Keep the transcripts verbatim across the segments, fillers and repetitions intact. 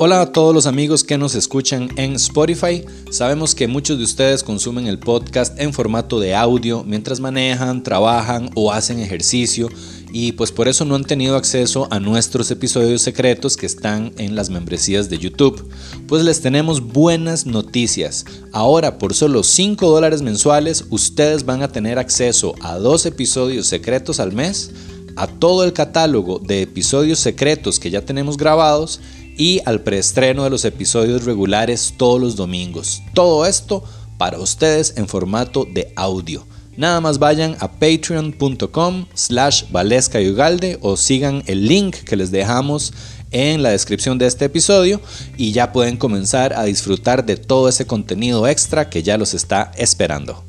Hola a todos los amigos que nos escuchan en Spotify. Sabemos que muchos de ustedes consumen el podcast en formato de audio mientras manejan, trabajan o hacen ejercicio y pues por eso no han tenido acceso a nuestros episodios secretos que están en las membresías de YouTube. Pues les tenemos buenas noticias. Ahora por solo cinco dólares mensuales ustedes van a tener acceso a dos episodios secretos al mes, a todo el catálogo de episodios secretos que ya tenemos grabados y al preestreno de los episodios regulares todos los domingos. Todo esto para ustedes en formato de audio. Nada más vayan a patreon.com slash Valesca y Ugalde o sigan el link que les dejamos en la descripción de este episodio y ya pueden comenzar a disfrutar de todo ese contenido extra que ya los está esperando.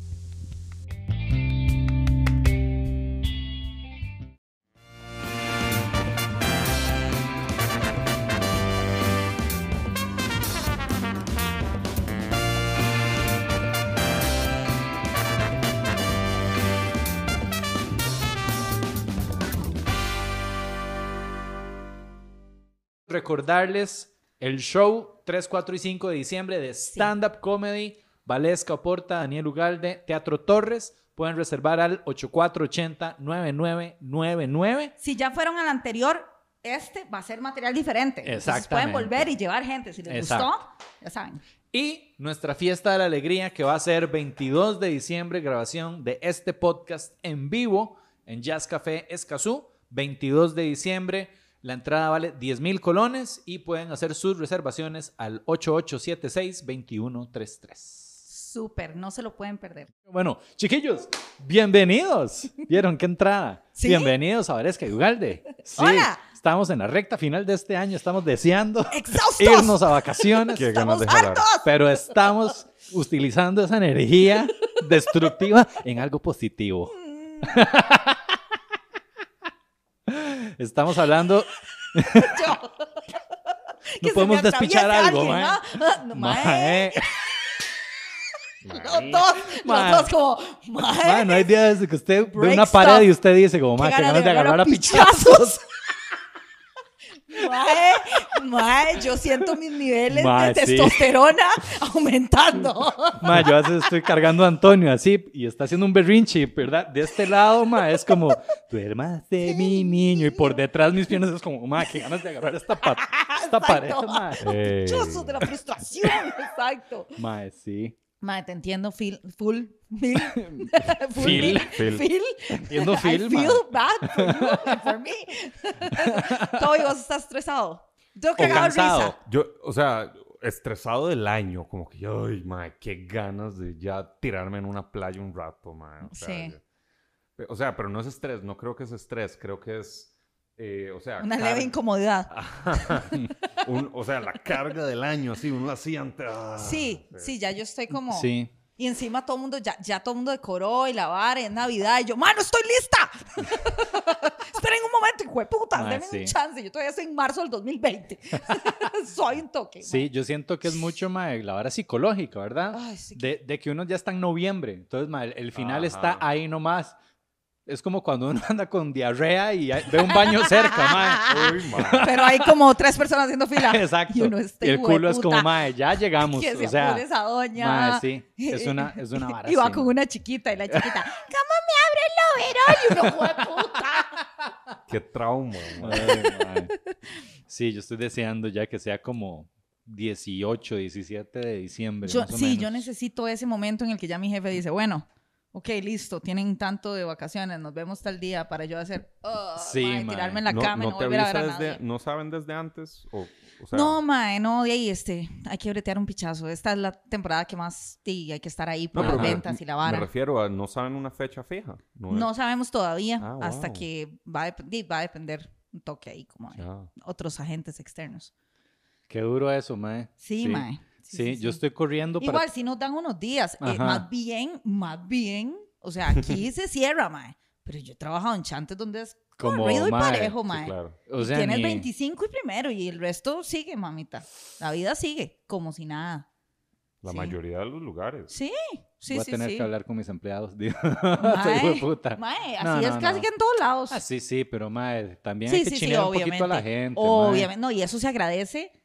Recordarles el show tres, cuatro y cinco de diciembre de stand-up comedy, Valesca Oporta, Daniel Ugalde, Teatro Torres. Pueden reservar al ocho cuatro ocho cero, nueve nueve nueve nueve. Si ya fueron al anterior, este va a ser material diferente. Exactamente. Entonces pueden volver y llevar gente. Si les Exacto. gustó, ya saben. Y nuestra fiesta de la alegría que va a ser veintidós de diciembre, grabación de este podcast en vivo en Jazz Café Escazú, veintidós de diciembre. La entrada vale diez mil colones y pueden hacer sus reservaciones al ocho ocho siete seis, dos uno tres tres. Súper, no se lo pueden perder. Bueno, chiquillos, bienvenidos. ¿Vieron qué entrada? ¿Sí? Bienvenidos a Valesca y Ugalde. Sí, Hola. Estamos en la recta final de este año, estamos deseando ¡Exhaustos! irnos a vacaciones. Qué ¡Estamos ganas de jalar. hartos! Pero estamos utilizando esa energía destructiva en algo positivo. Estamos hablando... Yo. No Que se podemos me despichar atraviese algo, alguien, mae. ¿ah? Ah, no, mae. Mae. Los dos, Mae. los dos como, mae. Mae, no hay día desde que usted ve Break una pared stuff. y usted dice como, mae, Qué qué ganas ganas de de agarrar a agarrar a pichazos. Mae, mae, yo siento mis niveles Mae, de sí. testosterona aumentando. Mae, yo a veces estoy cargando a Antonio así y está haciendo un berrinche, ¿verdad? De este lado, mae, es como, duérmase mi niño. Y por detrás mis piernas es como, mae, qué ganas de agarrar esta, pa esta pared, mae. Ey. Chuzo de la frustración, exacto. Mae, sí. Mae, te entiendo, feel, full, feel, full Feel, me, feel. feel. Entiendo I feel, feel mae. bad for you and for me. Toby, vos estás estresado. Yo O cagado de cansado. risa. Yo, o sea, estresado del año, como que, ay, mae, qué ganas de ya tirarme en una playa un rato, mae. O sea, Sí. ya- o sea, pero no es estrés, no creo que es estrés, creo que es, eh, o sea... Una car- leve incomodidad. un- o sea, la carga del año, así, uno así ante... ah, Sí, sí, ya yo estoy como... Sí. Y encima todo el mundo, ya, ya todo el mundo decoró y la vara, es Navidad. Y yo, ¡mano, estoy lista! Esperen un momento, hijo de puta, Mae, denme sí. un chance. Yo todavía estoy en marzo del dos mil veinte. Soy un toque. Sí, yo siento que es mucho, mae, la vara psicológica, ¿verdad? Ay, sí. De, de que uno ya está en noviembre. Entonces, mae, el final Ajá. está ahí nomás. Es como cuando uno anda con diarrea y hay- ve un baño cerca, mae. Uy, mae. Pero hay como tres personas haciendo fila. Exacto. Y uno este Y el hijo de culo es puta, como, mae, ya llegamos. que se O sea, apure esa doña. mae, sí. Es una, es una vara Y va así, con mae. una chiquita y la chiquita, ¿cómo me abre el overol? Y uno, hijo de puta. Qué trauma, mae. Ay, mae. Sí, yo estoy deseando ya que sea como dieciocho, diecisiete de diciembre. Yo, más o sí, menos. yo necesito ese momento en el que ya mi jefe dice, bueno, ok, listo, tienen tanto de vacaciones, nos vemos tal día para yo hacer, oh, Sí, mae, mae. tirarme en la no, cama y no no te volver a ver avisa a desde, nadie. ¿no saben desde antes? O, o sea, No, mae, no, de ahí, este, hay que bretear un pichazo. Esta es la temporada que más, sí, hay que estar ahí por no, las pero me- ventas y la Me vara. refiero a, ¿no saben una fecha fija? No, No sabemos todavía, Ah, hasta wow. que va a, dep- di, va a depender un toque ahí, como de Ya. otros agentes externos. Qué duro eso, mae. Sí, mae. Sí, yo estoy corriendo para... Igual, si nos dan unos días, eh, Ajá. más bien, más bien, o sea, aquí se cierra, mae. Pero yo he trabajado en chantes donde es Como, corrido y mae, parejo, Sí, mae. claro. O sea, Tienes ni- veinticinco y primero y el resto sigue, mamita. La vida sigue, como si nada. La Sí. mayoría de los lugares. Sí, sí, Voy a sí, tener sí. que hablar con mis empleados. Digo, Mae, hijo de puta. mae, así No, es no, casi no. que en todos lados. Ah, sí, sí, pero mae, también Sí, hay que sí, sí, chinear un obviamente. poquito a la gente. mae. Obviamente, no, y eso se agradece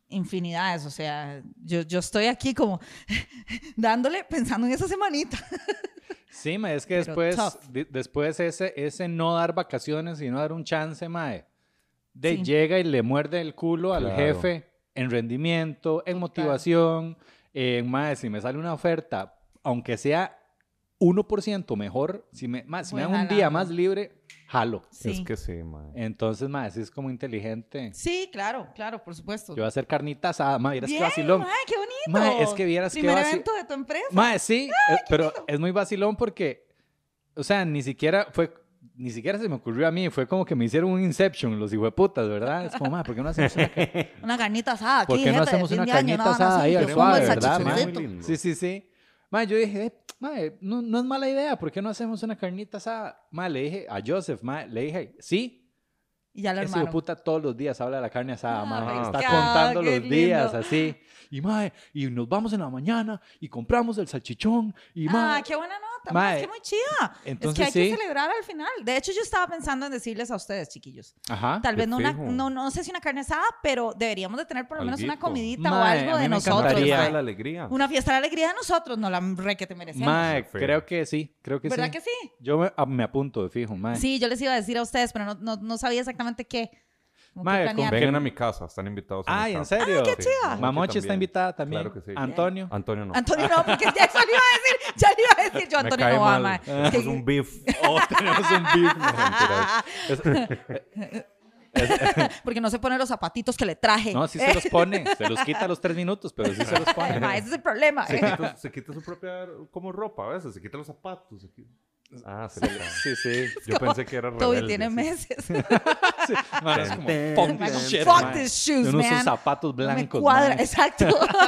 infinidades, o sea, yo, yo estoy aquí como dándole, pensando en esa semanita. Sí, mae, es que Pero después, tough. de- después ese, ese no dar vacaciones y no dar un chance, mae, de Sí. llega y le muerde el culo al Claro. jefe en rendimiento, en motivación, en, mae, si me sale una oferta, aunque sea uno por ciento mejor, si me, mae, si me Voy dan un día jalando. más libre, jalo. Sí. Es que sí, mae. Entonces, mae, sí es como inteligente. Sí, claro, claro, por supuesto. Yo voy a hacer carnita asada, mae, vieras qué Bien, vacilón. mae, qué bonito. Mae, es que vieras qué Primer vaci- evento de tu empresa. Mae, sí, eh, pero es muy vacilón porque, o sea, ni siquiera fue, ni siquiera se me ocurrió a mí, fue como que me hicieron un Inception, los hijueputas, ¿verdad? Es como, mae, ¿por qué no hacemos una, ca- Una carnita asada aquí, ¿por qué no gente, de hacemos fin una de año, carnita nada más, asada sí, ahí yo al pongo el suave, ¿verdad, mae? salchichoncito. Muy lindo. Sí, sí, sí. Mae, yo dije, eh, mae, no, no es mala idea, ¿por qué no hacemos una carnita asada? Mae, le dije a Joseph, mae, le dije, sí. Y ya lo Ese armaron. puta todos los días habla de la carne asada, Ay, mae. Está qué contando los lindo. días así. Y mae, y nos vamos en la mañana y compramos el salchichón y Ah, mae. qué buena nota, Mae, mae, es que muy chida. entonces es que hay sí. que celebrar al final. De hecho, yo estaba pensando en decirles a ustedes, chiquillos. Ajá. Tal de vez no, una, fijo. no, no sé si una carne asada, pero deberíamos de tener por lo menos una Alguito. comidita o Mae, algo a mí de me nosotros. encantaría. mae. la alegría. Una fiesta de la alegría de nosotros, no la re que te merecemos. Mae, Feo. creo que sí, creo que ¿Verdad sí. que sí? Yo me, a- me apunto de fijo, mae. Sí, yo les iba a decir a ustedes, pero no, no, no sabía exactamente qué. Como qué Mae, planear. con- Vengan a mi casa, están invitados a mi Ay, ¿en casa. serio? Ah, qué chiva. Mamochi está también. invitada también. Claro que sí. Antonio. Antonio no. Antonio no, porque ya eso le iba a decir, ya le iba a decir yo, Me Antonio cae no va, mal. mae. Tenemos Que- un beef. Oh, tenemos un beef. No, mentiras. Porque no se pone los zapatitos que le traje. No, sí se los pone. Se los quita a los tres minutos, pero sí se los pone. Mae, ese es el problema. Se eh. quita, se quita su propia como ropa a veces, se quita los zapatos. se quita- Ah, se le cae. Sí, sí. Yo pensé que era Toby rebelde. tiene sí. meses. Man, es como, Ten, fuck ten, this shit, Fuck man. these shoes, Yo no uso man. zapatos No me blancos, cuadra. man. Exacto.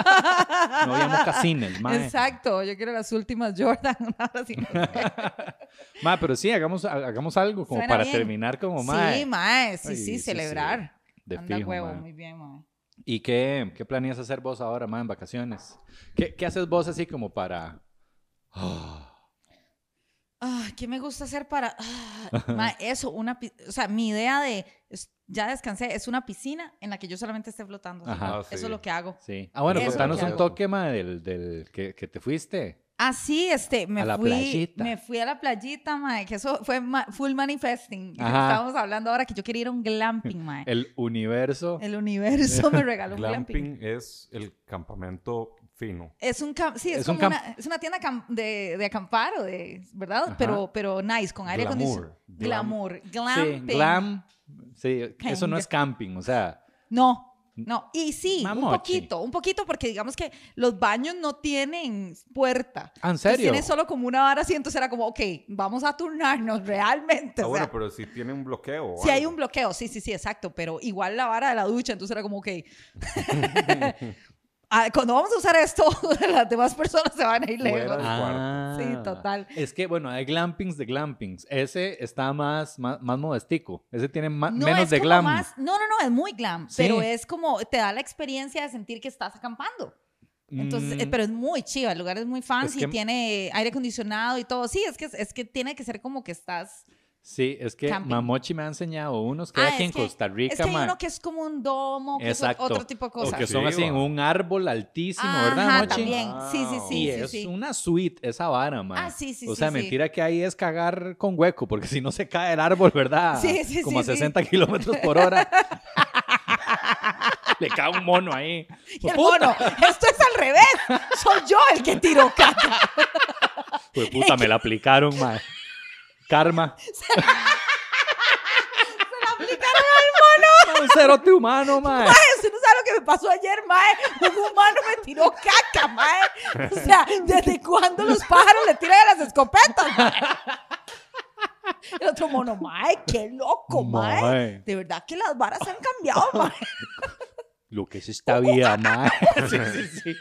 No había mocasines, man. Exacto. Yo quiero las últimas Jordan. Ahora sí. Ma, pero sí, hagamos, hagamos algo como Suena para bien. terminar como, ma. Sí, mae. Sí, Ay, sí, sí, celebrar. sí. De Anda fijo, huevo. mae. Muy bien, mae. ¿Y qué, qué planeas hacer vos ahora, ma, en vacaciones? ¿Qué, qué haces vos así como para... Ah, ¿qué me gusta hacer para...? Ah, ma, eso, una... pi- O sea, mi idea de... es- ya descansé, es una piscina en la que yo solamente esté flotando. así. Ajá. Ah, sí. Eso es lo que hago. Sí. Ah, bueno, Eso contanos es lo un que toque, ma, del, del que, que te fuiste. Ah, sí, este, me A la fui, playita. me fui a la playita, mae, que eso fue ma- full manifesting. Ajá. Estábamos hablando ahora que yo quería ir a un glamping, mae. El universo. El universo me regaló un glamping. Glamping es el campamento fino. Es un cam- sí, es, Es un como camp- una, es una tienda cam- de, de acampar o de, ¿verdad? Ajá. Pero, pero nice, con aire acondicionado. Glamour. Glamour. Sí, Glamping. glam. Sí, eso no Gang. es camping, o sea... No, no. Y sí, un Mamochi. poquito, un poquito, porque digamos que los baños no tienen puerta. ¿Ah, en Entonces, serio? tiene solo como una vara así, entonces era como, ok, vamos a turnarnos realmente. Ah, o bueno, sea, pero si tiene un bloqueo. o sí hay algo. un bloqueo, sí, sí, sí, exacto, pero igual la vara de la ducha, entonces era como, ok. Ah, cuando vamos a usar esto, las demás personas se van a ir Fuera lejos. del Ah, Sí, total. Es que, bueno, hay glampings de glampings. Ese está más, más, más modestico. Ese tiene ma- No, menos es de como glam. más- no, no, no, es muy glam, Sí. pero es como, te da la experiencia de sentir que estás acampando. Entonces, Mm, eh, pero es muy chiva, el lugar es muy fancy, que- tiene aire acondicionado y todo. Sí, es que, es que tiene que ser como que estás... sí, es que camping. Mamochi me ha enseñado unos que hay Ah, aquí es en que- Costa Rica, Es que hay ma, uno que es como un domo, que Exacto. es otro tipo de o cosas. que son Sí, así en va. un árbol altísimo, Ajá, ¿verdad, Mochi? también. Sí, sí, sí, y sí, es sí. una suite esa vara, man. Ah, sí, sí, O sí, sea, sí. mentira que ahí es cagar con hueco, porque si no se cae el árbol, ¿verdad? Sí, sí, Como sí, a sí. sesenta kilómetros por hora. Le cae un mono ahí. Y el ¡Puta! mono, esto es al revés. Soy yo el que tiro caca. Pues puta, me la aplicaron, man. Karma. Un cerote humano, man. Mae, usted no sabe lo que me pasó ayer, mae. Un humano me tiró caca, mae. O sea, ¿desde cuándo los pájaros le tiran a las escopetas, mae? El otro mono, mae, qué loco, mae. Mae. De verdad que las varas han cambiado, mae. Lo que es esta vida, man. Sí, sí, sí.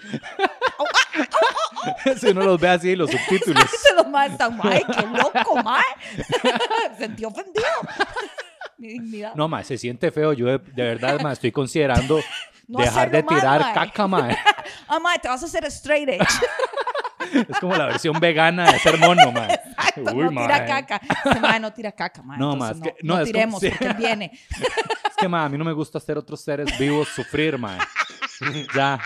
Si uno los ve así, los subtítulos. Se los mae están, mae, qué loco, mae. Me sentí ofendido. Mi dignidad. No, ma, se siente feo. Yo de, de verdad, ma, estoy considerando No dejar de hacerlo más, tirar mae. caca, ma. Ah, mae, te vas a hacer straight edge. Es como la versión vegana de ser mono, ma. Exacto, Uy, no tira mae. caca. Ese mae no tira caca, mae. No, Entonces, ma, es que- no, no, no es como- tiremos sí. porque él viene. Es que, ma, a mí no me gusta hacer otros seres vivos sufrir, ma. Ya.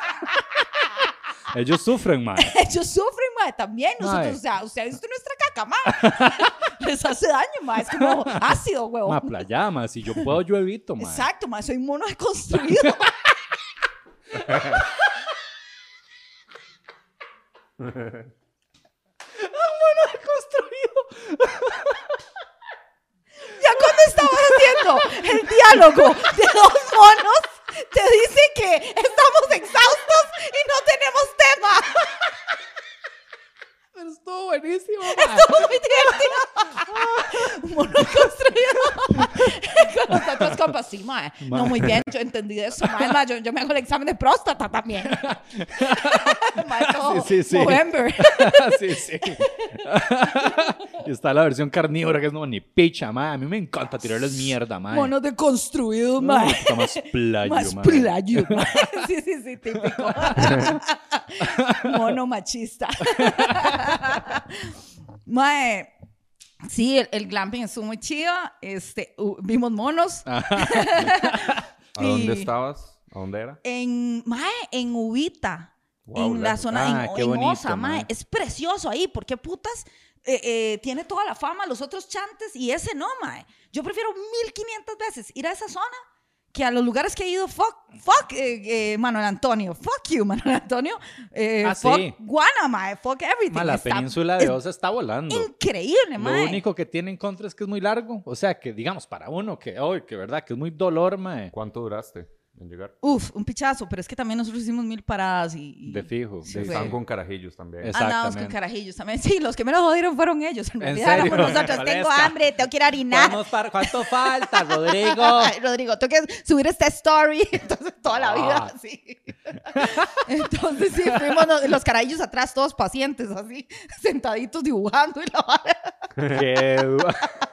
Ellos sufren, mae. Ellos sufren, mae, también. Nosotros, Mae. o sea, usted ha visto nuestra caca, mae. Les hace daño, mae. Es como ácido, huevón. Ma, playa, ma. Si yo puedo, yo evito, ma. Exacto, mae. Soy mono deconstruido. Mono deconstruido. Ya cuando estamos haciendo el diálogo de dos monos, te dice que estamos exhaustos y no tenemos tema. Pero estuvo buenísimo, ma. Estuvo muy divertido. Un mono construido. Con los otros compas, sí, mae. No, muy bien, yo entendí eso, mae. Mae, yo, yo me hago el examen de próstata también. Mae, todo Sí, sí, sí. November. Sí, sí. Y está la versión carnívora que es no ni picha, ma. A mí me encanta tirarles mierda, ma. Mono deconstruido, Mm, mae. Está más playo, Más ma. playo, mae. Sí, sí, sí, típico. Mono machista. Mae, sí, el, el glamping estuvo muy chido. Este, uh, vimos monos. ¿A Y- dónde estabas? ¿A dónde era? En, mae, en Ubita. Wow, en la lejos. zona, Ah, en, qué en bonito, Osa, mae. mae. Es precioso ahí. ¿Por qué putas? Eh, eh, tiene toda la fama los otros chantes y ese no, mae. Yo prefiero mil quinientas veces ir a esa zona que a los lugares que he ido. Fuck, fuck eh, eh, Manuel Antonio. Fuck you, Manuel Antonio. Eh, Ah, fuck sí. Guana, mae. Fuck everything. Ma, la Está península de es Osa está volando. increíble, Lo mae. único que tiene en contra es que es muy largo. O sea, que digamos, para uno que, hoy que verdad, que es muy dolor, ma. ¿Cuánto duraste en llegar? Uf, un pichazo, pero es que también nosotros hicimos mil paradas y... y- De fijo. Sí, de- fue. Estaban con carajillos también. Es- Andábamos con Exactamente. carajillos también. Sí, los que me lo jodieron fueron ellos. En ¿En realidad serio? éramos nosotros. Tengo Valesca. hambre, tengo que ir a orinar. Vamos para- ¿Cuánto falta, Rodrigo? Ay, Rodrigo, tengo que subir esta story. Entonces, toda la vida Ah. así. Entonces, sí, fuimos los, los carajillos atrás, todos pacientes, así, sentaditos dibujando y la vara. Qué du-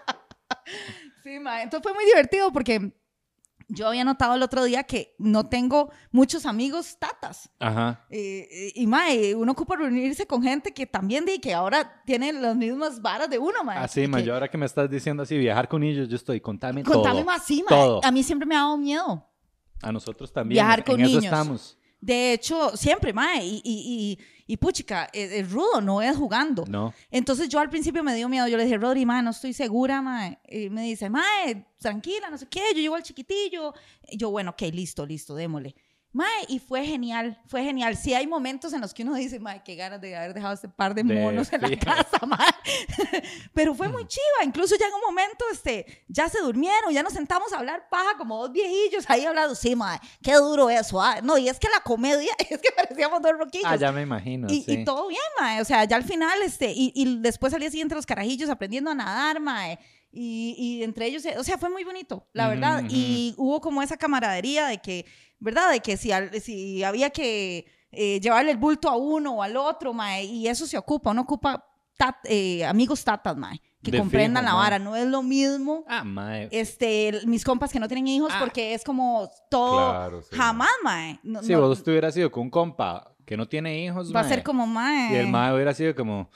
Sí, ma. Entonces fue muy divertido porque yo había notado el otro día que no tengo muchos amigos tatas. Ajá. Eh, eh, y mae, uno ocupa reunirse con gente que también de que ahora tienen las mismas varas de uno, mae. Así, ma, Que- yo ahora que me estás diciendo así, viajar con ellos, yo estoy, contame, Contame todo. más, sí, mae. Todo. A mí siempre me ha dado miedo. A nosotros también. Viajar en con eso niños. estamos. De hecho, siempre, mae. Y, y, y, y puchica, es, es rudo, no es jugando. No. Entonces yo al principio me dio miedo. Yo le dije, Rodri, mae, no estoy segura, mae. Y me dice, mae, tranquila, no sé qué. Yo llevo al chiquitillo. Y yo, bueno, ok, listo, listo, démosle. Mae, y fue genial, fue genial. Sí hay momentos en los que uno dice, mae, qué ganas de haber dejado este par de De monos en la fijo. casa, mae. Pero fue muy chiva. Incluso ya en un momento, este, ya se durmieron, ya nos sentamos a hablar paja como dos viejillos ahí hablando. Sí, mae, qué duro eso. ah. No, y es que la comedia, es que parecíamos dos roquillos. Ah, ya me imagino, Y, sí. y todo bien, mae. O sea, ya al final, este, y, y después al día siguiente los carajillos aprendiendo a nadar, mae. Y, y entre ellos, o sea, fue muy bonito, la Ujú, verdad. ujú. Y hubo como esa camaradería de que, ¿verdad? De que si, al- si había que eh, llevarle el bulto a uno o al otro, mae, y eso se ocupa. Uno ocupa tat- eh, amigos tatas, mae, que De comprendan fijo, la mae. vara. No es lo mismo. Ah, mae. Este, mis compas que no tienen hijos Ah. porque es como todo, Claro, sí, jamás, mae. No- Si no- vos hubieras sido con un compa que no tiene hijos, va a mae, ser como, mae. Y el mae hubiera sido como...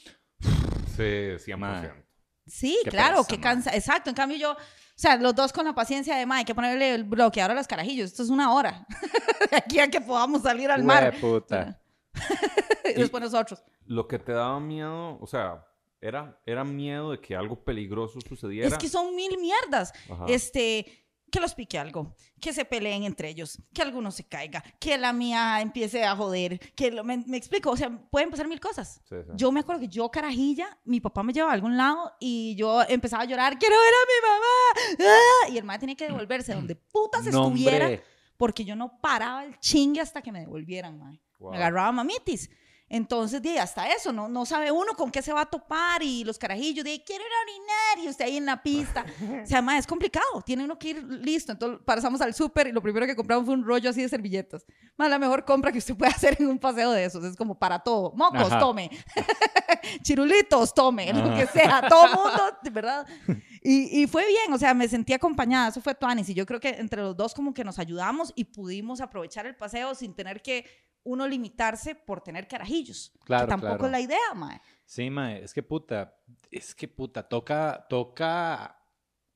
Sí, cien por Mae. ciento. Sí, Qué claro, pereza, que mae. cansa. Exacto, en cambio yo, o sea, los dos con la paciencia de, mae, hay que ponerle el bloqueador a los carajillos. Esto es una hora. De aquí a que podamos salir al mar. puta. Y después nosotros. Lo que te daba miedo, o sea, era, era miedo de que algo peligroso sucediera. Es que son mil mierdas. Ajá. Este, que los pique algo, que se peleen entre ellos, que alguno se caiga, que la mía empiece a joder, que lo- me, me explico, o sea, pueden pasar mil cosas. Sí, sí. Yo me acuerdo que yo, carajilla, mi papá me llevaba a algún lado y yo empezaba a llorar, quiero ver a mi mamá. ¡Ah! Y el mae tenía que devolverse donde putas No, estuviera, hombre. porque yo no paraba el chingue hasta que me devolvieran, mae. Wow. Me agarraba mamitis. Entonces, di, hasta eso, ¿no? No sabe uno con qué se va a topar y los carajillos, de quiero ir a orinar y usted ahí en la pista. O sea, mae, es complicado, tiene uno que ir listo. Entonces, pasamos al súper y lo primero que compramos fue un rollo así de servilletas. Más la mejor compra que usted puede hacer en un paseo de esos. Es como para todo. Mocos, Ajá. tome. Chirulitos, tome. Lo Ajá. que sea. Todo mundo, de verdad. Y, y fue bien, o sea, me sentí acompañada. Eso fue tuanis. Y yo creo que entre los dos como que nos ayudamos y pudimos aprovechar el paseo sin tener que uno limitarse por tener carajillos. Claro, que tampoco claro. es la idea, mae. Sí, mae, es que puta, es que puta, toca, toca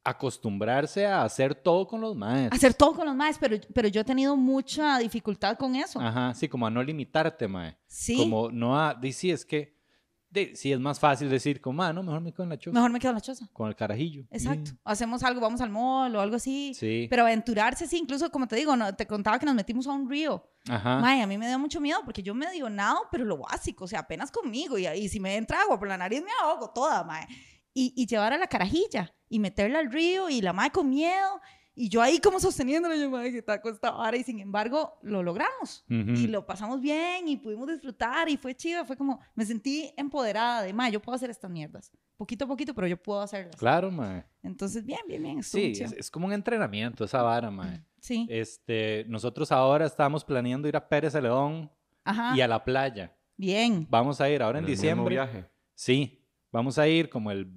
acostumbrarse a hacer todo con los maes. Hacer todo con los maes, pero, pero yo he tenido mucha dificultad con eso. Ajá, sí, como a no limitarte, mae. Sí. Como no a... di, sí, es que... di, sí, es más fácil decir como, ah, no, mejor me quedo en la choza. Mejor me quedo en la choza. Con el carajillo. Exacto. Mm. Hacemos algo, vamos al mall o algo así. Sí. Pero aventurarse, sí. Incluso, como te digo, no, te contaba que nos metimos a un río. Ajá. Mae, a mí me dio mucho miedo porque yo medio nado, pero lo básico, o sea, apenas conmigo. Y, y si me entra agua por la nariz, me ahogo toda, mae. Y, y llevar a la carajilla y meterla al río y la mae con miedo. Y yo ahí como sosteniéndolo, yo, mae, que taco esta vara. Y sin embargo, lo logramos. Uh-huh. Y lo pasamos bien y pudimos disfrutar y fue chido. Fue como, me sentí empoderada de, mae, yo puedo hacer estas mierdas. Poquito a poquito, pero yo puedo hacerlas. Claro, mae. Entonces, bien, bien, bien. Sí, es, es como un entrenamiento esa vara, mae. Sí. Este, nosotros ahora estamos planeando ir a Pérez Celedón Ajá. y a la playa. Bien. Vamos a ir ahora en, En el diciembre. mismo viaje. Sí, vamos a ir como el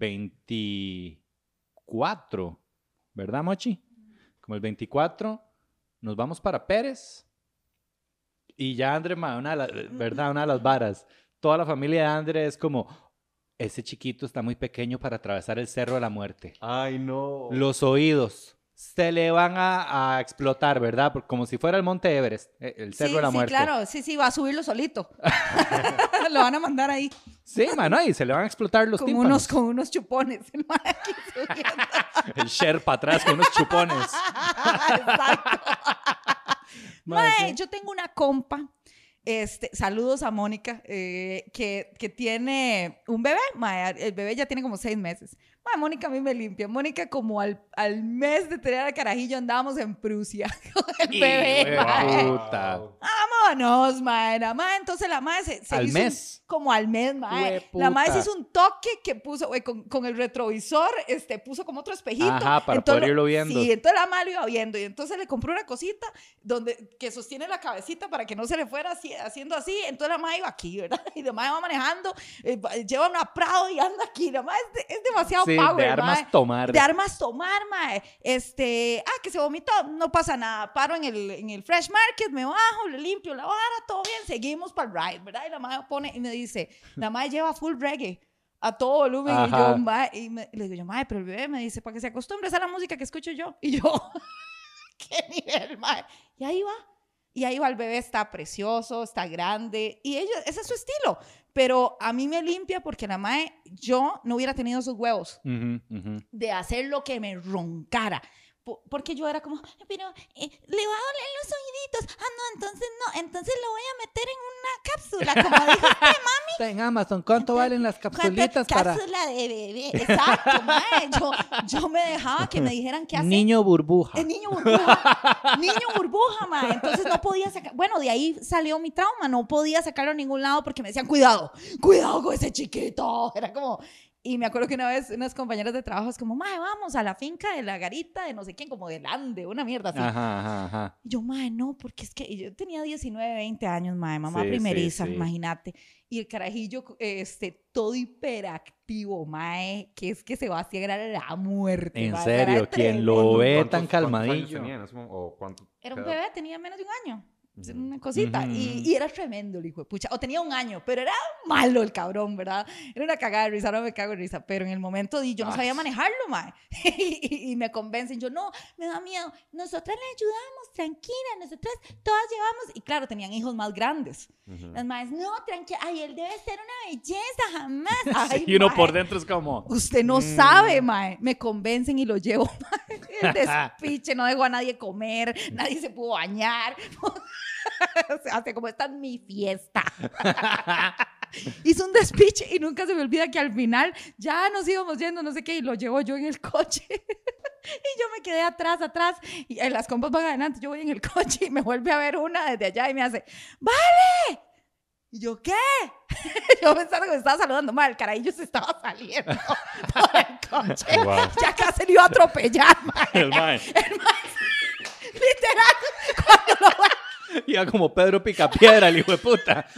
veinticuatro, ¿verdad, Mochi? Como el veinticuatro, nos vamos para Pérez. Y ya André, ma, una de las, ¿verdad? Una de las varas. Toda la familia de André es como, ese chiquito está muy pequeño para atravesar el Cerro de la Muerte. Ay, no. Los oídos se le van a, a explotar, ¿verdad? Porque como si fuera el Monte Everest, eh, el Cerro Sí, de la sí, Muerte. claro. Sí, sí, va a subirlo solito. Lo van a mandar ahí. Sí, mano, y se le van a explotar los Con tímpanos. unos, con unos chupones. El mae aquí subiendo. El Sherpa atrás con unos chupones. Exacto. Mae, Mae, sí. yo tengo una compa, este, saludos a Mónica, eh, que, que tiene un bebé. Mae, el bebé ya tiene como seis meses. Mae, Mónica a mí me limpia. Mónica como al, al mes de tener al carajillo andábamos en Prusia con el Y, bebé. güey, mae. puta. Vámonos, mae. La mae, entonces la mae se, se ¿Al hizo mes? un- como al mes, mae. Hue La mae se puta. hizo un toque que puso, güey, con, con el retrovisor, este, puso como otro espejito. Ajá, para Entonces poder lo- irlo viendo. Sí, entonces la mae lo iba viendo. Y entonces le compró una cosita donde, que sostiene la cabecita para que no se le fuera así, haciendo así. Entonces la mae iba aquí, ¿verdad? Y la mae va manejando, eh, va- lleva una Prado y anda aquí. La mae es, de- es demasiado Sí, power, de armas mae. tomar. De armas tomar, mae. Este, ah, que se vomitó, no pasa nada. Paro en el, en el Fresh Market, me bajo, le limpio la vara, todo bien, seguimos para el ride, ¿verdad? Y la mae pone y me dice, la mae lleva full reggae a todo volumen. Y Ajá. yo, mae, y me- le digo yo, mae, pero el bebé me dice, para que se acostumbre a esa la música que escucho yo. Y yo, qué nivel, mae. Y ahí va. Y ahí va, el bebé está precioso, está grande. Y ella, ese es su estilo. Pero a mí me limpia porque la mae, yo no hubiera tenido esos huevos Ujú, ujú. de hacer lo que me roncara. Po- Porque yo era como, pero eh, le va a doler los oíditos. Ah, no, entonces no, entonces lo voy a meter en una cápsula, como dijo usted, mami. Está en Amazon, ¿cuánto valen las ¿Cuánta capsulitas para cápsula de bebé? Exacto, mae. Yo, yo me dejaba que me dijeran qué hacer. niño burbuja? El niño burbuja. Niño burbuja, mae. Entonces no podía sacar. Bueno, de ahí salió mi trauma. No podía sacarlo a ningún lado porque me decían, cuidado, cuidado con ese chiquito. Era como. Y me acuerdo que una vez unas compañeras de trabajo es como, mae, vamos a la finca de la garita de no sé quién, como del Ande, una mierda así. Ajá, ajá, ajá. Y yo, mae, no, porque es que y yo tenía diecinueve, veinte años, mae, mamá Sí, primeriza, sí, sí. imagínate. Y el carajillo, este, todo hiperactivo, mae, que es que se va a hacer a la muerte. En mae, serio, era quien tremendo. lo ve ¿Cuántos- tan cuántos años calmadillo. tenían? ¿Es como- o cuánto- Era un qué bebé, edad? tenía menos de un año. Ujú. Una cosita. Ujú, y, ujú. y era tremendo el hijo de pucha. O tenía un año, pero era malo el cabrón, ¿verdad? Era una cagada de risa, ahora me cago de risa. Pero en el momento di, yo no sabía Ah. manejarlo, mae. y, y me convencen, yo, no, me da miedo. Nosotras le ayudamos, tranquila, nosotras todas llevamos. Y claro, tenían hijos más grandes. Ujú. Las madres, no, tranquila, ay, él debe ser una belleza, jamás. Ay, Y uno mae, por dentro es como... Usted no Mm. sabe, mae. Me convencen y lo llevo, mae. El despiche, no dejó a nadie comer, nadie se pudo bañar. O sea, hace como esta es mi fiesta. Hizo un despiche y nunca se me olvida que al final ya nos íbamos yendo, no sé qué, y lo llevo yo en el coche. Y yo me quedé atrás, atrás, y eh, las compas van adelante, yo voy en el coche y me vuelve a ver una desde allá y me hace, ¡vale! Y yo, ¿qué? Yo pensando que me estaba saludando mal, el carajillo se estaba saliendo por el coche. Wow. Ya casi le iba a atropellar, mae. El mae. El mae, literal, cuando lo Iba como Pedro Picapiedra, el hijo de puta.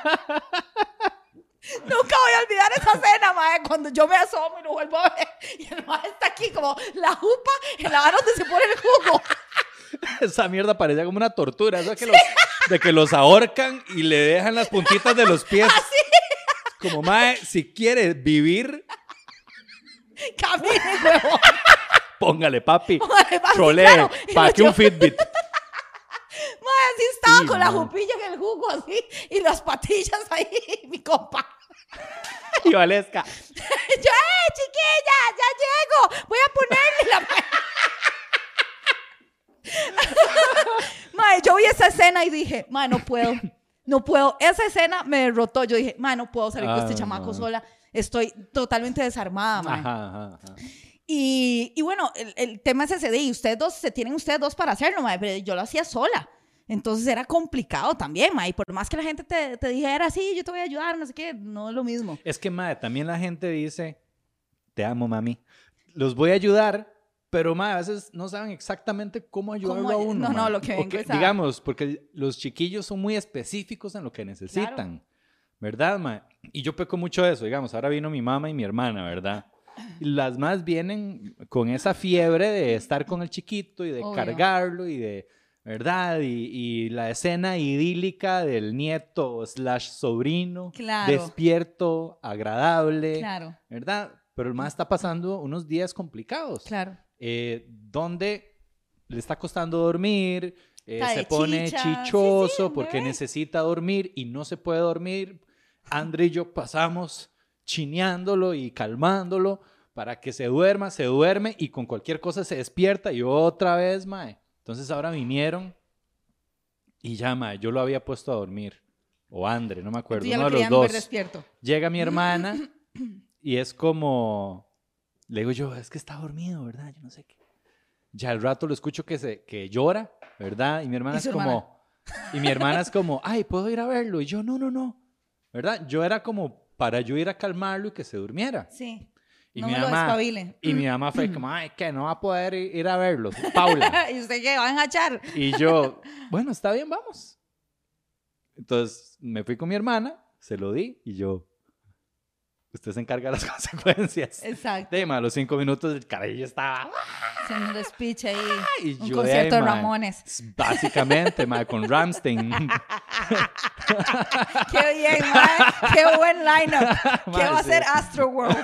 Nunca voy a olvidar esa escena, mae, cuando yo me asomo y lo vuelvo a ver. Y el mae está aquí como la jupa en la mano donde se pone el jugo. Esa mierda parecía como una tortura. Eso de que, los, de que los ahorcan y le dejan las puntitas de los pies. Como, mae, si quieres vivir, Camine, huevón. Póngale, papi. Póngale, papi, Chole, claro. Y pa' lo que un yo- Fitbit. Mae, así estaba Sí, con la mae. jupilla en el jugo así y las patillas ahí, mi compa. Y Valesca. Yo, ¡eh, chiquilla! ¡Ya llego! Voy a ponerle la... Mae, yo vi esa escena y dije, mae, no puedo. No puedo. Esa escena me derrotó. Yo dije, mae, no puedo salir con este Ah, chamaco mae. sola. Estoy totalmente desarmada, mae. Ajá, ajá, ajá. Y, y bueno, el, el tema es ese de, y ustedes dos, se tienen ustedes dos para hacerlo, mae, pero yo lo hacía sola. Entonces era complicado también, mae. Y por más que la gente te, te dijera, sí, yo te voy a ayudar, no sé qué, no es lo mismo. Es que, madre, también la gente dice, te amo, mami. Los voy a ayudar, pero, madre, a veces no saben exactamente cómo ayudarlo ¿Cómo? a uno. No, no, mae. lo que O vengo es a- Digamos, porque los chiquillos son muy específicos en lo que necesitan, ¿verdad, madre? Y yo peco mucho de eso, digamos, ahora vino mi mamá y mi hermana, ¿verdad? Y las más vienen con esa fiebre de estar con el chiquito y de Obvio. cargarlo y de... ¿verdad? Y, y la escena idílica del nieto slash sobrino, Claro. despierto, agradable, Claro, ¿verdad? Pero el más está pasando unos días complicados, claro. eh, donde le está costando dormir, eh, Está se de pone chicha. Sí, chichoso sí, porque bebé. necesita dormir y no se puede dormir. André y yo pasamos chineándolo y calmándolo para que se duerma, se duerme y con cualquier cosa se despierta y otra vez, mae. Entonces ahora vinieron y ya, mae, yo lo había puesto a dormir. O Andre, no me acuerdo, Tú ya uno lo de los querían ver dos. despierto. Llega mi hermana y es como, le digo yo, es que está dormido, ¿verdad? Yo no sé qué. Ya al rato lo escucho que, se, que llora, ¿verdad? Y mi hermana ¿Y es su como, y mi hermana es como, ay, ¿puedo ir a verlo? Y yo, no, no, no, ¿verdad? Yo era como para yo ir a calmarlo y que se durmiera. Sí. Y No mi me lo mamá, despabilen. y mi mamá fue como, ay, que no va a poder ir ir a verlo, Paula. ¿Y usted qué? ¿Van a echar? Y yo, bueno, está bien, vamos. Entonces me fui con mi hermana, se lo di y yo, usted se encarga de las consecuencias. Exacto. De, ma, a los cinco minutos el carajillo estaba... Haciendo un despiche ahí. Y Un yo, concierto ahí, de ma, Ramones. Básicamente, ma, con Rammstein. Qué bien, mae. Qué buen lineup. ¿Qué Mae, va a sí. ser Astroworld?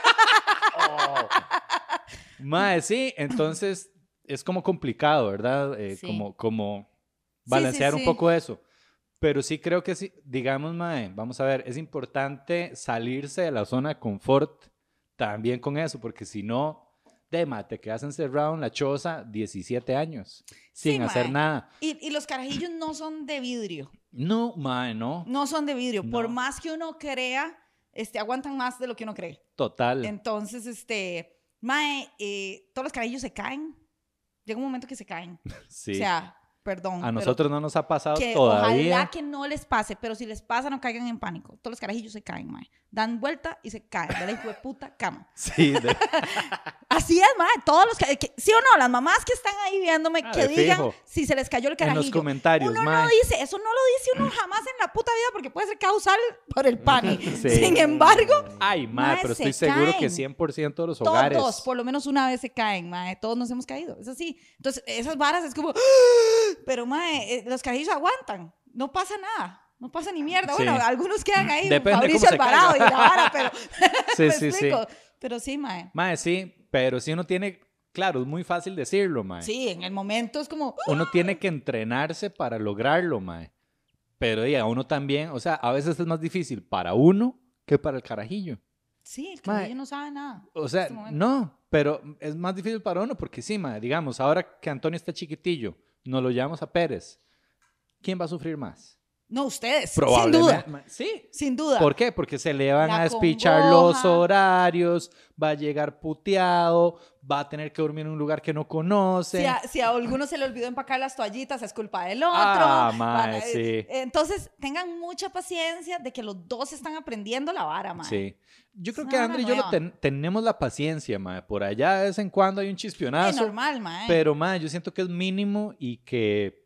Mae, sí, entonces es como complicado, ¿verdad? Eh, Sí. Como, como sí, balancear un sí. poco eso. Pero sí creo que sí, digamos, mae, vamos a ver, es importante salirse de la zona de confort también con eso, porque si no, de mae, te quedas encerrado en la choza diecisiete años Sí, sin hacer mae. nada. Y, y los carajillos no son de vidrio. No, mae, no. No son de vidrio. Por No. más que uno crea, este, aguantan más de lo que uno cree. Total. Entonces, este, mae, eh, todos los carajillos se caen. Llega un momento que se caen. Sí. O sea, perdón. A pero nosotros no nos ha pasado que todavía. ojalá que no les pase, pero si les pasa, no caigan en pánico. Todos los carajillos se caen, mae. Dan vuelta y se caen de la hijo de puta cama. Sí, de- Así es, mae. Todos los que, que- sí o no, las mamás que están ahí viéndome, Ah, que de digan fijo. si se les cayó el en carajillo. los comentarios, Uno mae. no dice, eso no lo dice uno jamás en la puta vida porque puede ser causal por el pani. Sí. Sin embargo, Ay, mae, Mae, pero se estoy seguro que caen. cien por ciento de los hogares. todos, por lo menos una vez se caen, mae. Todos nos hemos caído, es así. Entonces, esas varas es como, pero mae, eh, los carajillos aguantan, no pasa nada. No pasa ni mierda. Sí. Bueno, algunos quedan ahí, Depende Fabricio cómo se Alvarado y caiga. la vara, pero Sí, ¿me sí, sí. explico? Pero sí, mae. Mae, sí, pero si uno tiene, claro, es muy fácil decirlo, mae. Sí, en el momento es como, Uno tiene que entrenarse para lograrlo, mae. Pero y a uno también, o sea, a veces es más difícil para uno que para el carajillo. sí, el Mae. carajillo no sabe nada. O sea, este momento. no, pero es más difícil para uno porque sí, mae, digamos, ahora que Antonio está chiquitillo, nos lo llevamos a Pérez. ¿Quién va a sufrir más? No, ustedes, sin Probablemente. duda, mae, Sí. sin duda. ¿Por qué? Porque se le van La a despichar congoja. los horarios, va a llegar puteado, va a tener que dormir en un lugar que no conoce. Si a, si a alguno se le olvidó empacar las toallitas, es culpa del otro. Ah, Van a- mae, sí. Entonces, tengan mucha paciencia de que los dos están aprendiendo la vara, mae. Sí. Yo creo Es que una André y vara yo lo nueva. ten- tenemos la paciencia, mae. Por allá de vez en cuando hay un Es chispionazo. normal, mae. Pero, mae, yo siento que es mínimo y que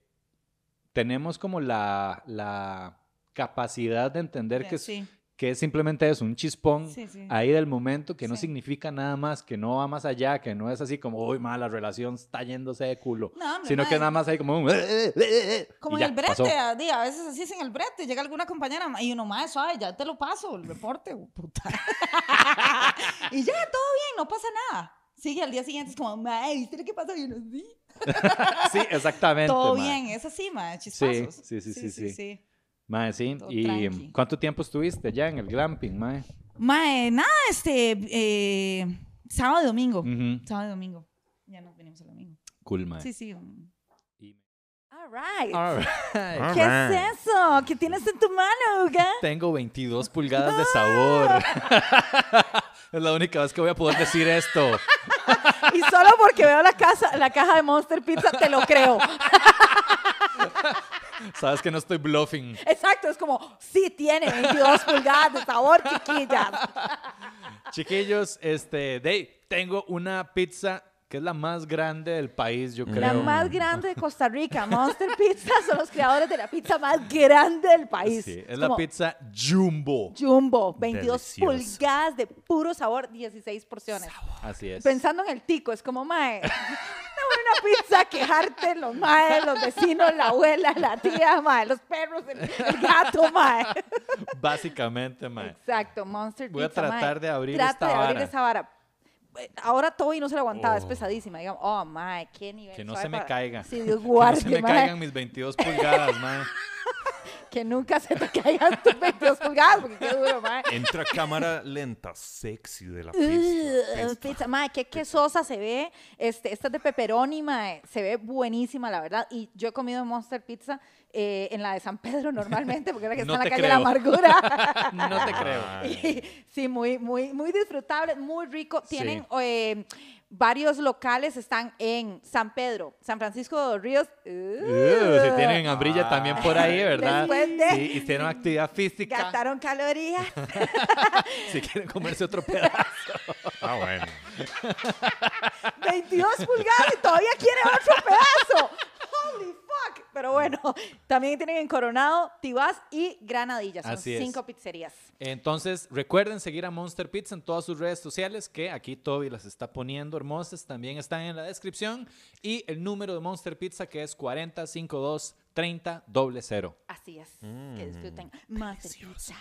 tenemos como la, la capacidad de entender que es, Sí, que es simplemente eso, un chispón sí, sí. ahí del momento que no Sí. significa nada más, que no va más allá, que no es así como, uy, ma, la relación está yéndose de culo. No, hombre, Sino mae. que nada más hay como un... "Eh, Como y en ya, el brete, pasó. a, di, a veces así es en el brete. Llega alguna compañera y uno, más suave, ya te lo paso, el reporte, puta. Y ya, todo bien, no pasa nada. Sí, al día siguiente es como, mae, ¿viste lo que pasó? Y uno, sí. Sí, exactamente. Todo mae. bien, es así, mae, chispazos. Sí, sí, sí, sí, sí. Mae, sí. Todo ¿Y tranqui. cuánto tiempo estuviste ya en el glamping, mae? Mae, nada, este, eh, sábado y domingo. Ujú. Sábado y domingo. Ya nos venimos el domingo. Cool, mae. Sí, sí. um. Y- All right. All right. All ¿Qué right. es eso? ¿Qué tienes en tu mano, Uga? Tengo veintidós pulgadas de sabor. Es la única vez que voy a poder decir esto. Y solo porque veo la, casa, la caja de Monster Pizza te lo creo. Sabes que no estoy bluffing. Exacto, es como, sí tiene veintidós pulgadas de sabor, chiquillas. Chiquillos, este, de, tengo una pizza que es la más grande del país, yo creo. La más grande de Costa Rica. Monster Pizza son los creadores de la pizza más grande del país. Sí, es como la pizza Jumbo. Jumbo, veintidós Delicioso. pulgadas de puro sabor, dieciséis porciones. Así es. Pensando en el tico, es como, mae, dame una pizza, quejarte, los maes, los vecinos, la abuela, la tía, mae, los perros, el, el gato, mae. Básicamente, mae. Exacto, Monster Voy a Pizza, tratar mae. de abrir Trata esta de abrir vara. esa vara. Eh, Ahora Toby no se lo aguantaba, es Oh. pesadísima. Digamos, oh, mae, qué nivel. Que no suave se me para- caiga. Sí, Dios Que no guarde, se me mae. caigan mis veintidós pulgadas, mae. Que nunca se te caigan tus veintidós pulgadas, porque qué duro, mae. Entra cámara lenta, sexy de la Uh, pizza. Pizza. pizza, mae, qué quesosa se ve. Este, esta es de pepperoni, mae, se ve buenísima, la verdad. Y yo he comido Monster Pizza eh, en la de San Pedro normalmente, porque era que No está en la te calle de la creo. amargura. No te creo. Y, sí, muy, muy, muy disfrutable, muy rico. Sí. Tienen eh, varios locales, están en San Pedro, San Francisco de los Ríos. Uh, Uh, si tienen hambrilla también por ahí, ¿verdad? Después de- Sí, hicieron actividad física. Gastaron calorías. Si quieren comerse otro pedazo. Ah, bueno. veintidós pulgadas y todavía quiere otro pedazo. Holy fuck. Pero bueno, también tienen en Coronado, Tibás y Granadilla. Son Así es. cinco pizzerías. Entonces, recuerden seguir a Monster Pizza en todas sus redes sociales, que aquí Toby las está poniendo hermosas. También están en la descripción. Y el número de Monster Pizza, que es cuarenta cincuenta y dos treinta cero. Así es. Mm, Que disfruten más de pizza.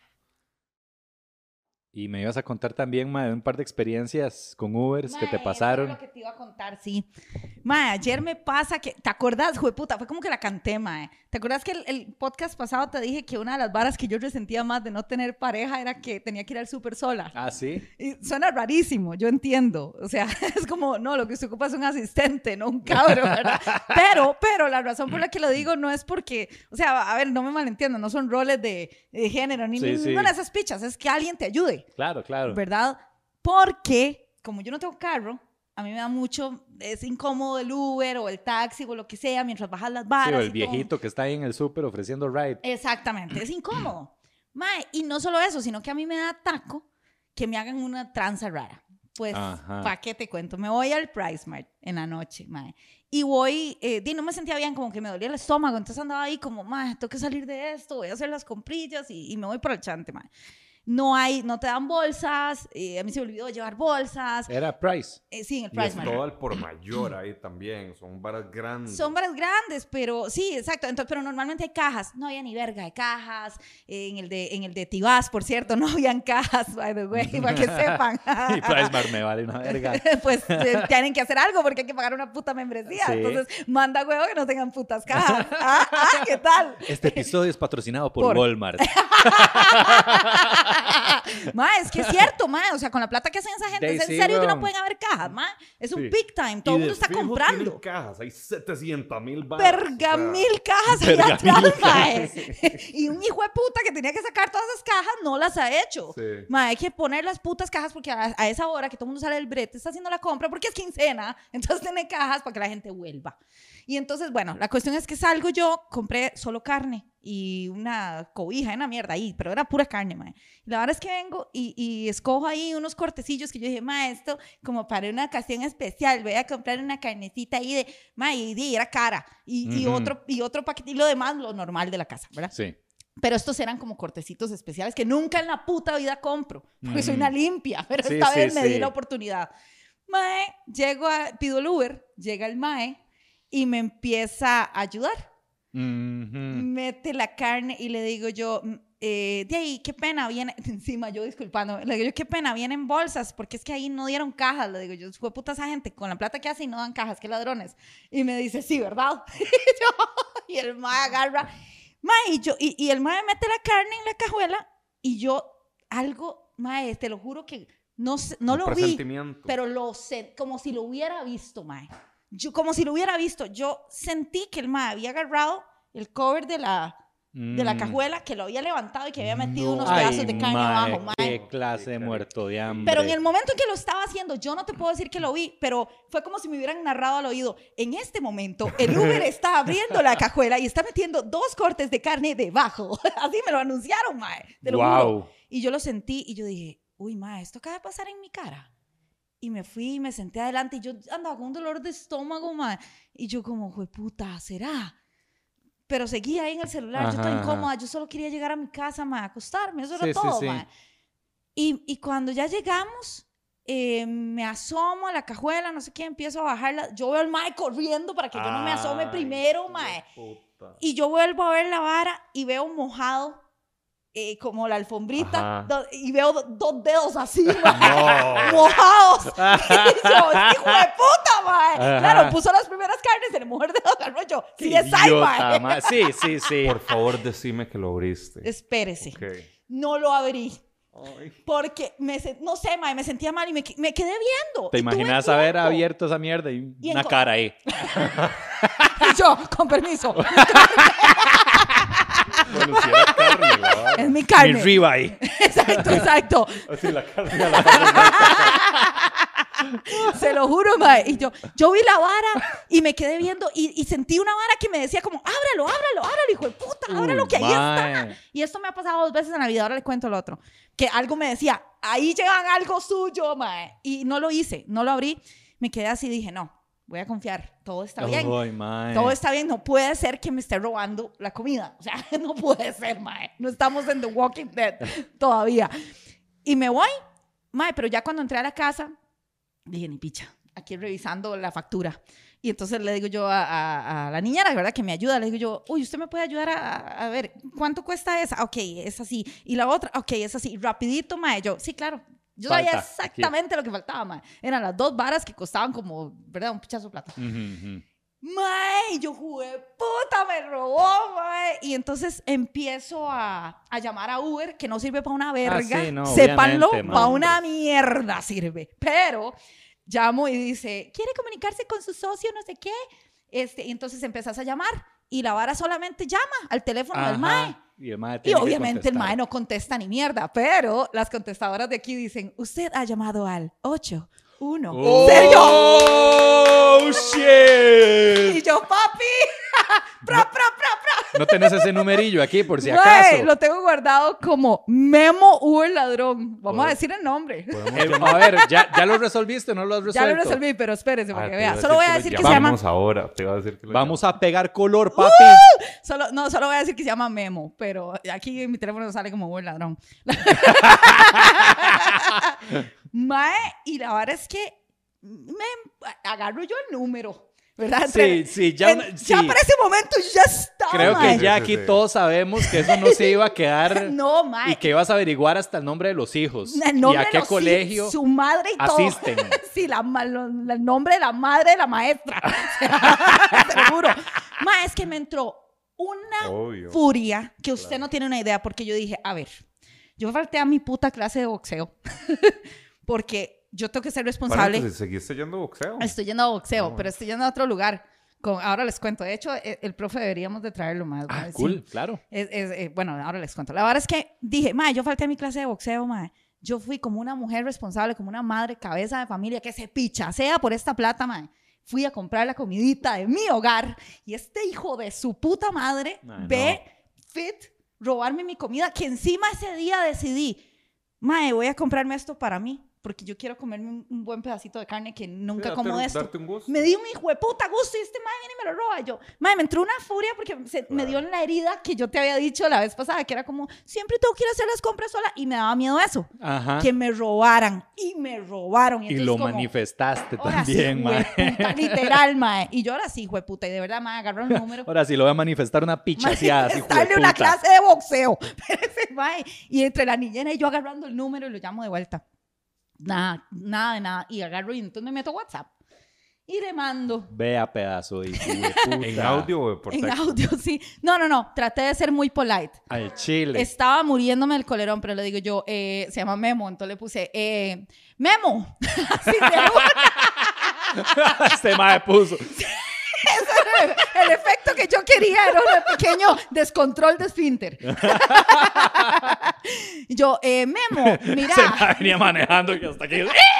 Y me ibas a contar también, mae, de un par de experiencias con Ubers que te Mae, pasaron. eso era lo que te iba a contar, sí. Mae, ayer me pasa que, ¿te acordás, jueputa? Fue como que la canté, mae. ¿Te acordás que el, el podcast pasado te dije que una de las varas que yo resentía más de no tener pareja era que tenía que ir al súper sola? Ah, sí. Y suena rarísimo, yo entiendo. O sea, es como, no, lo que se ocupa es un asistente, no un cabro, ¿verdad? Pero, pero la razón por la que lo digo no es porque, o sea, a ver, no me malentiendan, no son roles de, de género, ni Sí, ni- sí. ninguna de esas pichas, es que alguien te ayude. Claro, claro. ¿Verdad? Porque, como yo no tengo carro, a mí me da mucho, es incómodo el Uber o el taxi o lo que sea mientras bajas las varas. Sí, o el y todo. viejito que está ahí en el súper ofreciendo ride. Exactamente, es incómodo. Mae, y no solo eso, sino que a mí me da taco que me hagan una tranza rara. Pues, Ajá. ¿para qué te cuento? Me voy al Price Mart en la noche, mae. Y voy, eh, di, no me sentía bien, como que me dolía el estómago, entonces andaba ahí como, mae, tengo que salir de esto, voy a hacer las comprillas y, y me voy por el chante, mae. No hay, no te dan bolsas, eh, a mí se me olvidó llevar bolsas. Era Price. Eh, sí, en el Y Price es Mart. todo al por mayor ahí también. Son varas grandes. Son varas grandes, pero sí, exacto. Entonces, pero normalmente hay cajas. No había ni verga de cajas. Eh, en el de, en el de Tibás, por cierto, no habían cajas, by the way, para que sepan. Y Price Mart me vale una verga. Pues eh, tienen que hacer algo porque hay que pagar una puta membresía. Sí. Entonces, manda huevo que no tengan putas cajas. Ah, ah, ¿qué tal? Este episodio es patrocinado por, Por- Walmart. Ma, es que es cierto, ma. O sea, con la plata que hacen esa gente, De ¿es en sí, serio que no weón. pueden haber cajas, ma? Es un Sí. big time. Y Todo el de mundo está fijo comprando. tienen cajas. Hay setecientas mil varas. Verga o sea, mil cajas allá verga atrás, mil mae. Y un hijo de puta que tenía que sacar todas esas cajas no las ha hecho. Sí. Mae, hay que poner las putas cajas porque a, a esa hora que todo el mundo sale del brete está haciendo la compra porque es quincena, entonces tiene cajas para que la gente vuelva. Y entonces, bueno, la cuestión es que salgo yo, compré solo carne y una cobija, una mierda ahí, pero era pura carne, mae. Y la verdad es que vengo y, y escojo ahí unos cortecillos que yo dije, mae, esto como para una ocasión especial, voy a comprar una carnecita ahí de, mae, y di, era cara. Y, y Ujú. otro, y otro paquete, y lo demás, lo normal de la casa, ¿verdad? Sí. Pero estos eran como cortecitos especiales que nunca en la puta vida compro, porque soy Mm. una limpia, pero Sí, esta sí, vez me sí. di la oportunidad. Mae, llego a, pido el Uber, llega el mae y me empieza a ayudar. Mhm. Mete la carne y le digo yo, "Mm, eh, de ahí, qué pena, viene, encima yo disculpando, le digo yo, qué pena, vienen bolsas, porque es que ahí no dieron cajas, le digo yo, fue puta esa gente, con la plata que hace y no dan cajas, qué ladrones. Y me dice, sí, ¿verdad? y, yo, y el mae agarra, mae, y, yo, y, y el mae mete la carne en la cajuela, y yo, algo, mae, te lo juro que no, no lo vi, pero lo sé, como si lo hubiera visto, mae. Yo, como si lo hubiera visto, yo sentí que el mae había agarrado el cover de la... de la cajuela, que lo había levantado y que había metido no. unos pedazos Ay, de carne mae, abajo, mae. Qué clase de muerto de hambre. Pero en el momento en que lo estaba haciendo, yo no te puedo decir que lo vi, pero fue como si me hubieran narrado al oído. En este momento, el Uber está abriendo la cajuela y está metiendo dos cortes de carne debajo. Así me lo anunciaron, mae. Te lo wow. juro. Y yo lo sentí y yo dije, uy, mae, esto acaba de pasar en mi cara. Y me fui y me senté adelante y yo andaba con un dolor de estómago, mae. Y yo como, jueputa, ¿será? Pero seguía ahí en el celular, ajá, yo estaba incómoda, yo solo quería llegar a mi casa, ma, acostarme, eso era sí, todo, sí, sí. Ma. Y, y cuando ya llegamos, eh, me asomo a la cajuela, no sé qué, empiezo a bajarla, yo veo al mae corriendo para que yo no me asome primero, ma. Y yo vuelvo a ver la vara y veo mojado, eh, como la alfombrita, do, y veo do, dos dedos así, ma, no. mojados. Y yo, hijo de puta, mae. Claro, puso las primeras carnes en el mujer de agarró yo. Sí, es ahí, mae. Sí, sí, sí. Por favor, decime que lo abriste. Espérese. Okay. No lo abrí. Ay. Porque, me, no sé, mae, me sentía mal y me, me quedé viendo. ¿Te imaginas haber abierto esa mierda y, y una cara ahí? Y yo, con permiso. Bueno, si era carne, la es mi carne. Mi ribeye. Exacto, exacto. Así la carne a la Se lo juro, mae. Y yo, yo vi la vara y me quedé viendo y, y sentí una vara que me decía como, ábralo, ábralo, ábralo, hijo de puta, ábralo, que ahí está. Y esto me ha pasado dos veces en la vida, ahora le cuento lo otro. Que algo me decía, ahí llevan algo suyo, mae. Y no lo hice, no lo abrí. Me quedé así y dije, no, voy a confiar, todo está bien. Oh, mae. Todo está bien, no puede ser que me esté robando la comida. O sea, no puede ser, mae. No estamos en The Walking Dead todavía. Y me voy, mae, pero ya cuando entré a la casa, dije, ni picha, aquí revisando la factura. Y entonces le digo yo a, a, a la niñera, ¿verdad? Que me ayuda. Le digo yo, uy, ¿usted me puede ayudar a, a ver cuánto cuesta esa? Ok, es así. Y la otra, ok, es así. Rapidito, mae. Yo, sí, claro. Yo Falta, sabía exactamente aquí. Lo que faltaba, mae. Eran las dos varas que costaban como, ¿verdad? Un pichazo de plata. Uh-huh, uh-huh. Mae, yo jugué, puta, me robó, mae. Y entonces empiezo a, a llamar a Uber, que no sirve para una verga. Ah, sí, no, sépanlo, para una mierda sirve. Pero llamo y dice, ¿quiere comunicarse con su socio, no sé qué? Este, y entonces empezás a llamar y la vara solamente llama al teléfono Ajá. del mae. Y, el mae y obviamente el mae no contesta ni mierda, pero las contestadoras de aquí dicen, usted ha llamado al ocho uno. Oh, ¿Serio? ¡Oh, shit! Y yo, papi, pra, pra, pra, pra. ¿No tenés ese numerillo aquí por si Wey, acaso? Lo tengo guardado como Memo Uber Ladrón. Vamos oh. a decir el nombre. Eh, a ver, ¿ya, ¿ya lo resolviste o no lo has resuelto? Ya lo resolví, pero espérese para ah, que vea. Solo voy a decir que, que se llama... Vamos ahora, te voy a decir que lo Vamos llamo. a pegar color, papi. Uh, solo, no, solo voy a decir que se llama Memo, pero aquí en mi teléfono sale como Uber Ladrón. Mae, y la verdad es que me agarro yo el número, ¿verdad? Entre, sí, sí, ya, en, sí. ya para ese momento ya estaba. Creo mae. que ya aquí todos sabemos que eso no se iba a quedar. No, mae. Y que ibas a averiguar hasta el nombre de los hijos. El nombre y a qué los, colegio su madre y asisten. Todo. Sí, la, lo, el nombre de la madre de la maestra. Te lo juro. Mae, es que me entró una Obvio. furia que usted claro. no tiene una idea, porque yo dije, a ver, yo falté a mi puta clase de boxeo. Porque yo tengo que ser responsable. Para, ¿seguiste yendo a boxeo? Estoy yendo a boxeo, no. pero estoy yendo a otro lugar. Con, ahora les cuento. De hecho, el, el profe deberíamos de traerlo más. Ah, cool, sí. claro. Es, es, eh, bueno, ahora les cuento. La verdad es que dije, mae, yo falté a mi clase de boxeo, mae. Yo fui como una mujer responsable, como una madre, cabeza de familia, que se pichasea por esta plata, mae. Fui a comprar la comidita de mi hogar y este hijo de su puta madre mae, ve no. fit robarme mi comida, que encima ese día decidí, mae, voy a comprarme esto para mí. porque yo quiero comerme un, un buen pedacito de carne que nunca Sí, como darte- de esto. darte un gusto. Me dio un hijo de puta gusto y este mae viene y me lo roba. Yo, mae, me entró una furia porque se, me dio en la herida que yo te había dicho la vez pasada, que era como, siempre tengo que ir a hacer las compras sola, y me daba miedo eso, Ajá. que me robaran, y me robaron. Y, Y entonces lo como, manifestaste ahora también, sí, mae. jueputa, literal, mae. Y yo ahora sí, jueputa, y de verdad, mae, agarró el número. Ahora sí lo voy a manifestar una pichaseada. así, Darle una jueputa. clase de boxeo. Espérese, mae. Y entre la niñera y yo agarrando el número y lo llamo de vuelta. Nada, nada de nada. Y agarro y entonces me meto a WhatsApp. Y le mando. Vea pedazo de hijo de puta. ¿En audio o por En texto? audio, sí. No, no, no. Traté de ser muy polite. Al chile. Estaba muriéndome del colerón, pero le digo yo, eh, se llama Memo. Entonces le puse, eh, Memo. Así de una. Este mae puso. El efecto que yo quería era un pequeño descontrol de esfínter. Y yo, eh, Memo, mira. Se mae venía manejando y hasta aquí.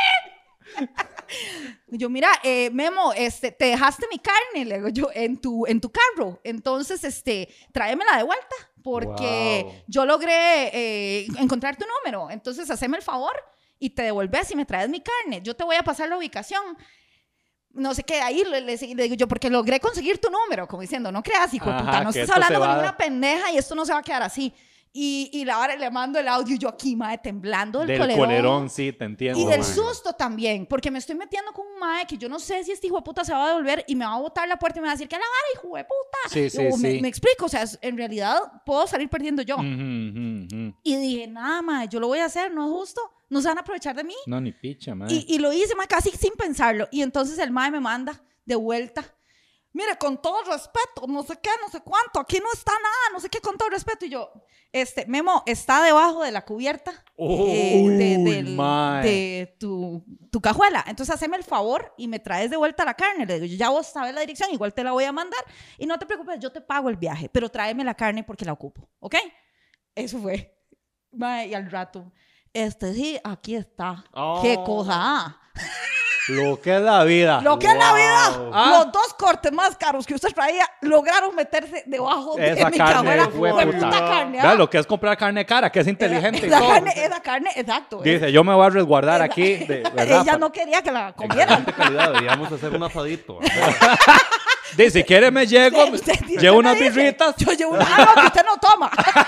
Yo, mira, eh, Memo, este, te dejaste mi carne, le digo yo, en tu, en tu carro. Entonces, este, tráemela de vuelta, porque Wow. yo logré eh, encontrar tu número. Entonces, haceme el favor y te devolves y me traes mi carne. Yo te voy a pasar la ubicación. No sé qué, ahí le, le, le digo yo, porque logré conseguir tu número, como diciendo, no creas, hijo de Ajá, puta, no que estés esto hablando se con va- una pendeja y esto no se va a quedar así. Y, y la hora le mando el audio, yo aquí, mae, temblando del, Del colerón. colerón, sí, te entiendo. Y del mae. susto también, porque me estoy metiendo con un mae que yo no sé si este hijo de puta se va a devolver y me va a botar la puerta y me va a decir que a la vara, hijo de puta. Sí, sí, O me, sí. me explico, o sea, es- en realidad puedo salir perdiendo yo. Ujú, ujú, ujú. Y dije, nada, mae, yo lo voy a hacer, no es justo, no se van a aprovechar de mí. No, ni picha, mae. Y, y lo hice, mae, casi sin pensarlo. Y entonces el mae me manda de vuelta. Mire, con todo respeto, no sé qué, no sé cuánto, aquí no está nada, no sé qué, con todo respeto. Y yo, este, Memo, está debajo de la cubierta eh, de, Uy, del- mae. de tu, tu cajuela. Entonces, haceme el favor y me traes de vuelta la carne. Le digo, yo ya vos sabes la dirección, igual te la voy a mandar. Y no te preocupes, yo te pago el viaje, pero tráeme la carne porque la ocupo, ¿ok? Eso fue. Mae, y al rato, este, sí, aquí está. Oh. ¿Qué cosa? Ah. Lo que es la vida. Lo que es la vida, Ah. los dos cortes más caros que usted traía lograron meterse debajo de Esa mi carne, cajuela. fue Fue puta. puta carne, Vea ¿ah? lo que es comprar carne cara, que es inteligente. y Esa todo. carne, esa carne, exacto. es- Dice, yo me voy a resguardar aquí, de, ¿verdad? Ella Pa- no quería que la comieran. Excelente calidad, deberíamos hacer un asadito. Dice, si quiere me llego, Usted- usted llevo me unas dice, birritas. Yo llevo una agua que usted no toma.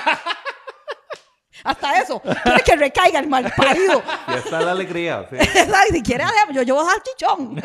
Hasta eso. Quiere que recaiga el mal parido. Y está la alegría. Sí. Si quiere, yo llevo salchichón.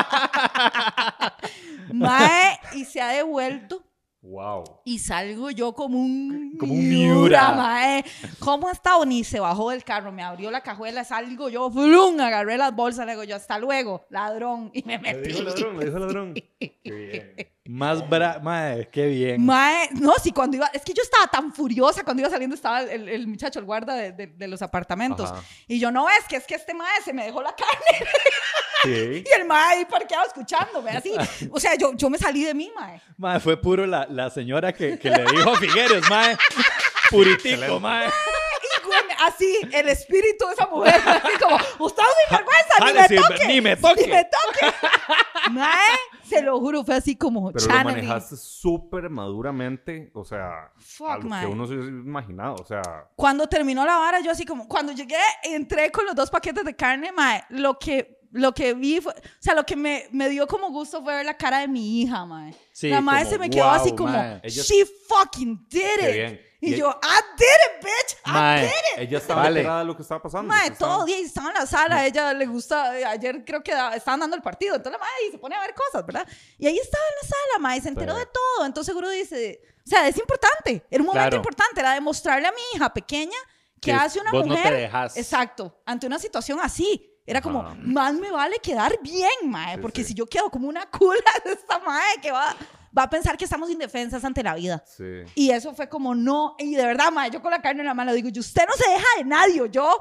Mae, y se ha devuelto. Wow. Y salgo yo como un... Como un Miura. mae. ¿Cómo está? Ni se bajó del carro, me abrió la cajuela, salgo yo, ¡flum! Agarré las bolsas, le digo yo, hasta luego, ladrón. Y me Le metí. dijo ladrón, le dijo ladrón. Qué bien. Más bra... Mae, qué bien. Mae, no, sí, cuando iba, es que yo estaba tan furiosa cuando iba saliendo, estaba el, el muchacho, el guarda de, de- de los apartamentos. Ajá. Y yo, no, es que es que este mae se me dejó la carne. Sí. Y el mae ahí parqueado escuchándome, así. O sea, yo, yo me salí de mí, mae. Mae, fue puro la, la señora que, que le dijo a Figueres, mae. Puritico, mae. Y, güey, así, el espíritu de esa mujer, así como, usted es mi vergüenza, ni Jale, me sí, toque. ni me toque. Ni me toque. Mae, se lo juro, fue así como Pero lo channeling. manejaste súper maduramente, o sea, Fuck, a lo mae. que uno se hubiese imaginado, o sea, Cuando terminó la vara, yo así como, cuando llegué, entré con los dos paquetes de carne, mae, lo que, lo que vi fue, o sea, lo que me, me dio como gusto fue ver la cara de mi hija, mae. Sí, la mae como, se me quedó wow, así como, mae. Ella- she fucking did Qué it. bien. Y Y- yo, I did it, bitch, I Mae. did it. ella estaba Vale. enterada de lo que estaba pasando. Mae, que estaba- todo día estaba en la sala, a ella le gusta, eh, ayer creo que da- estaban dando el partido, entonces la mae se pone a ver cosas, ¿verdad? Y ahí estaba en la sala, mae, se enteró Sí. de todo, entonces seguro dice, o sea, es importante, era un momento Claro. importante, era demostrarle a mi hija pequeña que Que hace una vos no te mujer, dejas. exacto, ante una situación así. Era como, Ajá. más me vale quedar bien, mae, Sí, porque sí. si yo quedo como una cula de esta mae que va, va a pensar que estamos indefensas ante la vida. Sí. Y eso fue como, no, y de verdad, mae, yo con la carne en la mano digo, y usted no se deja de nadie, yo.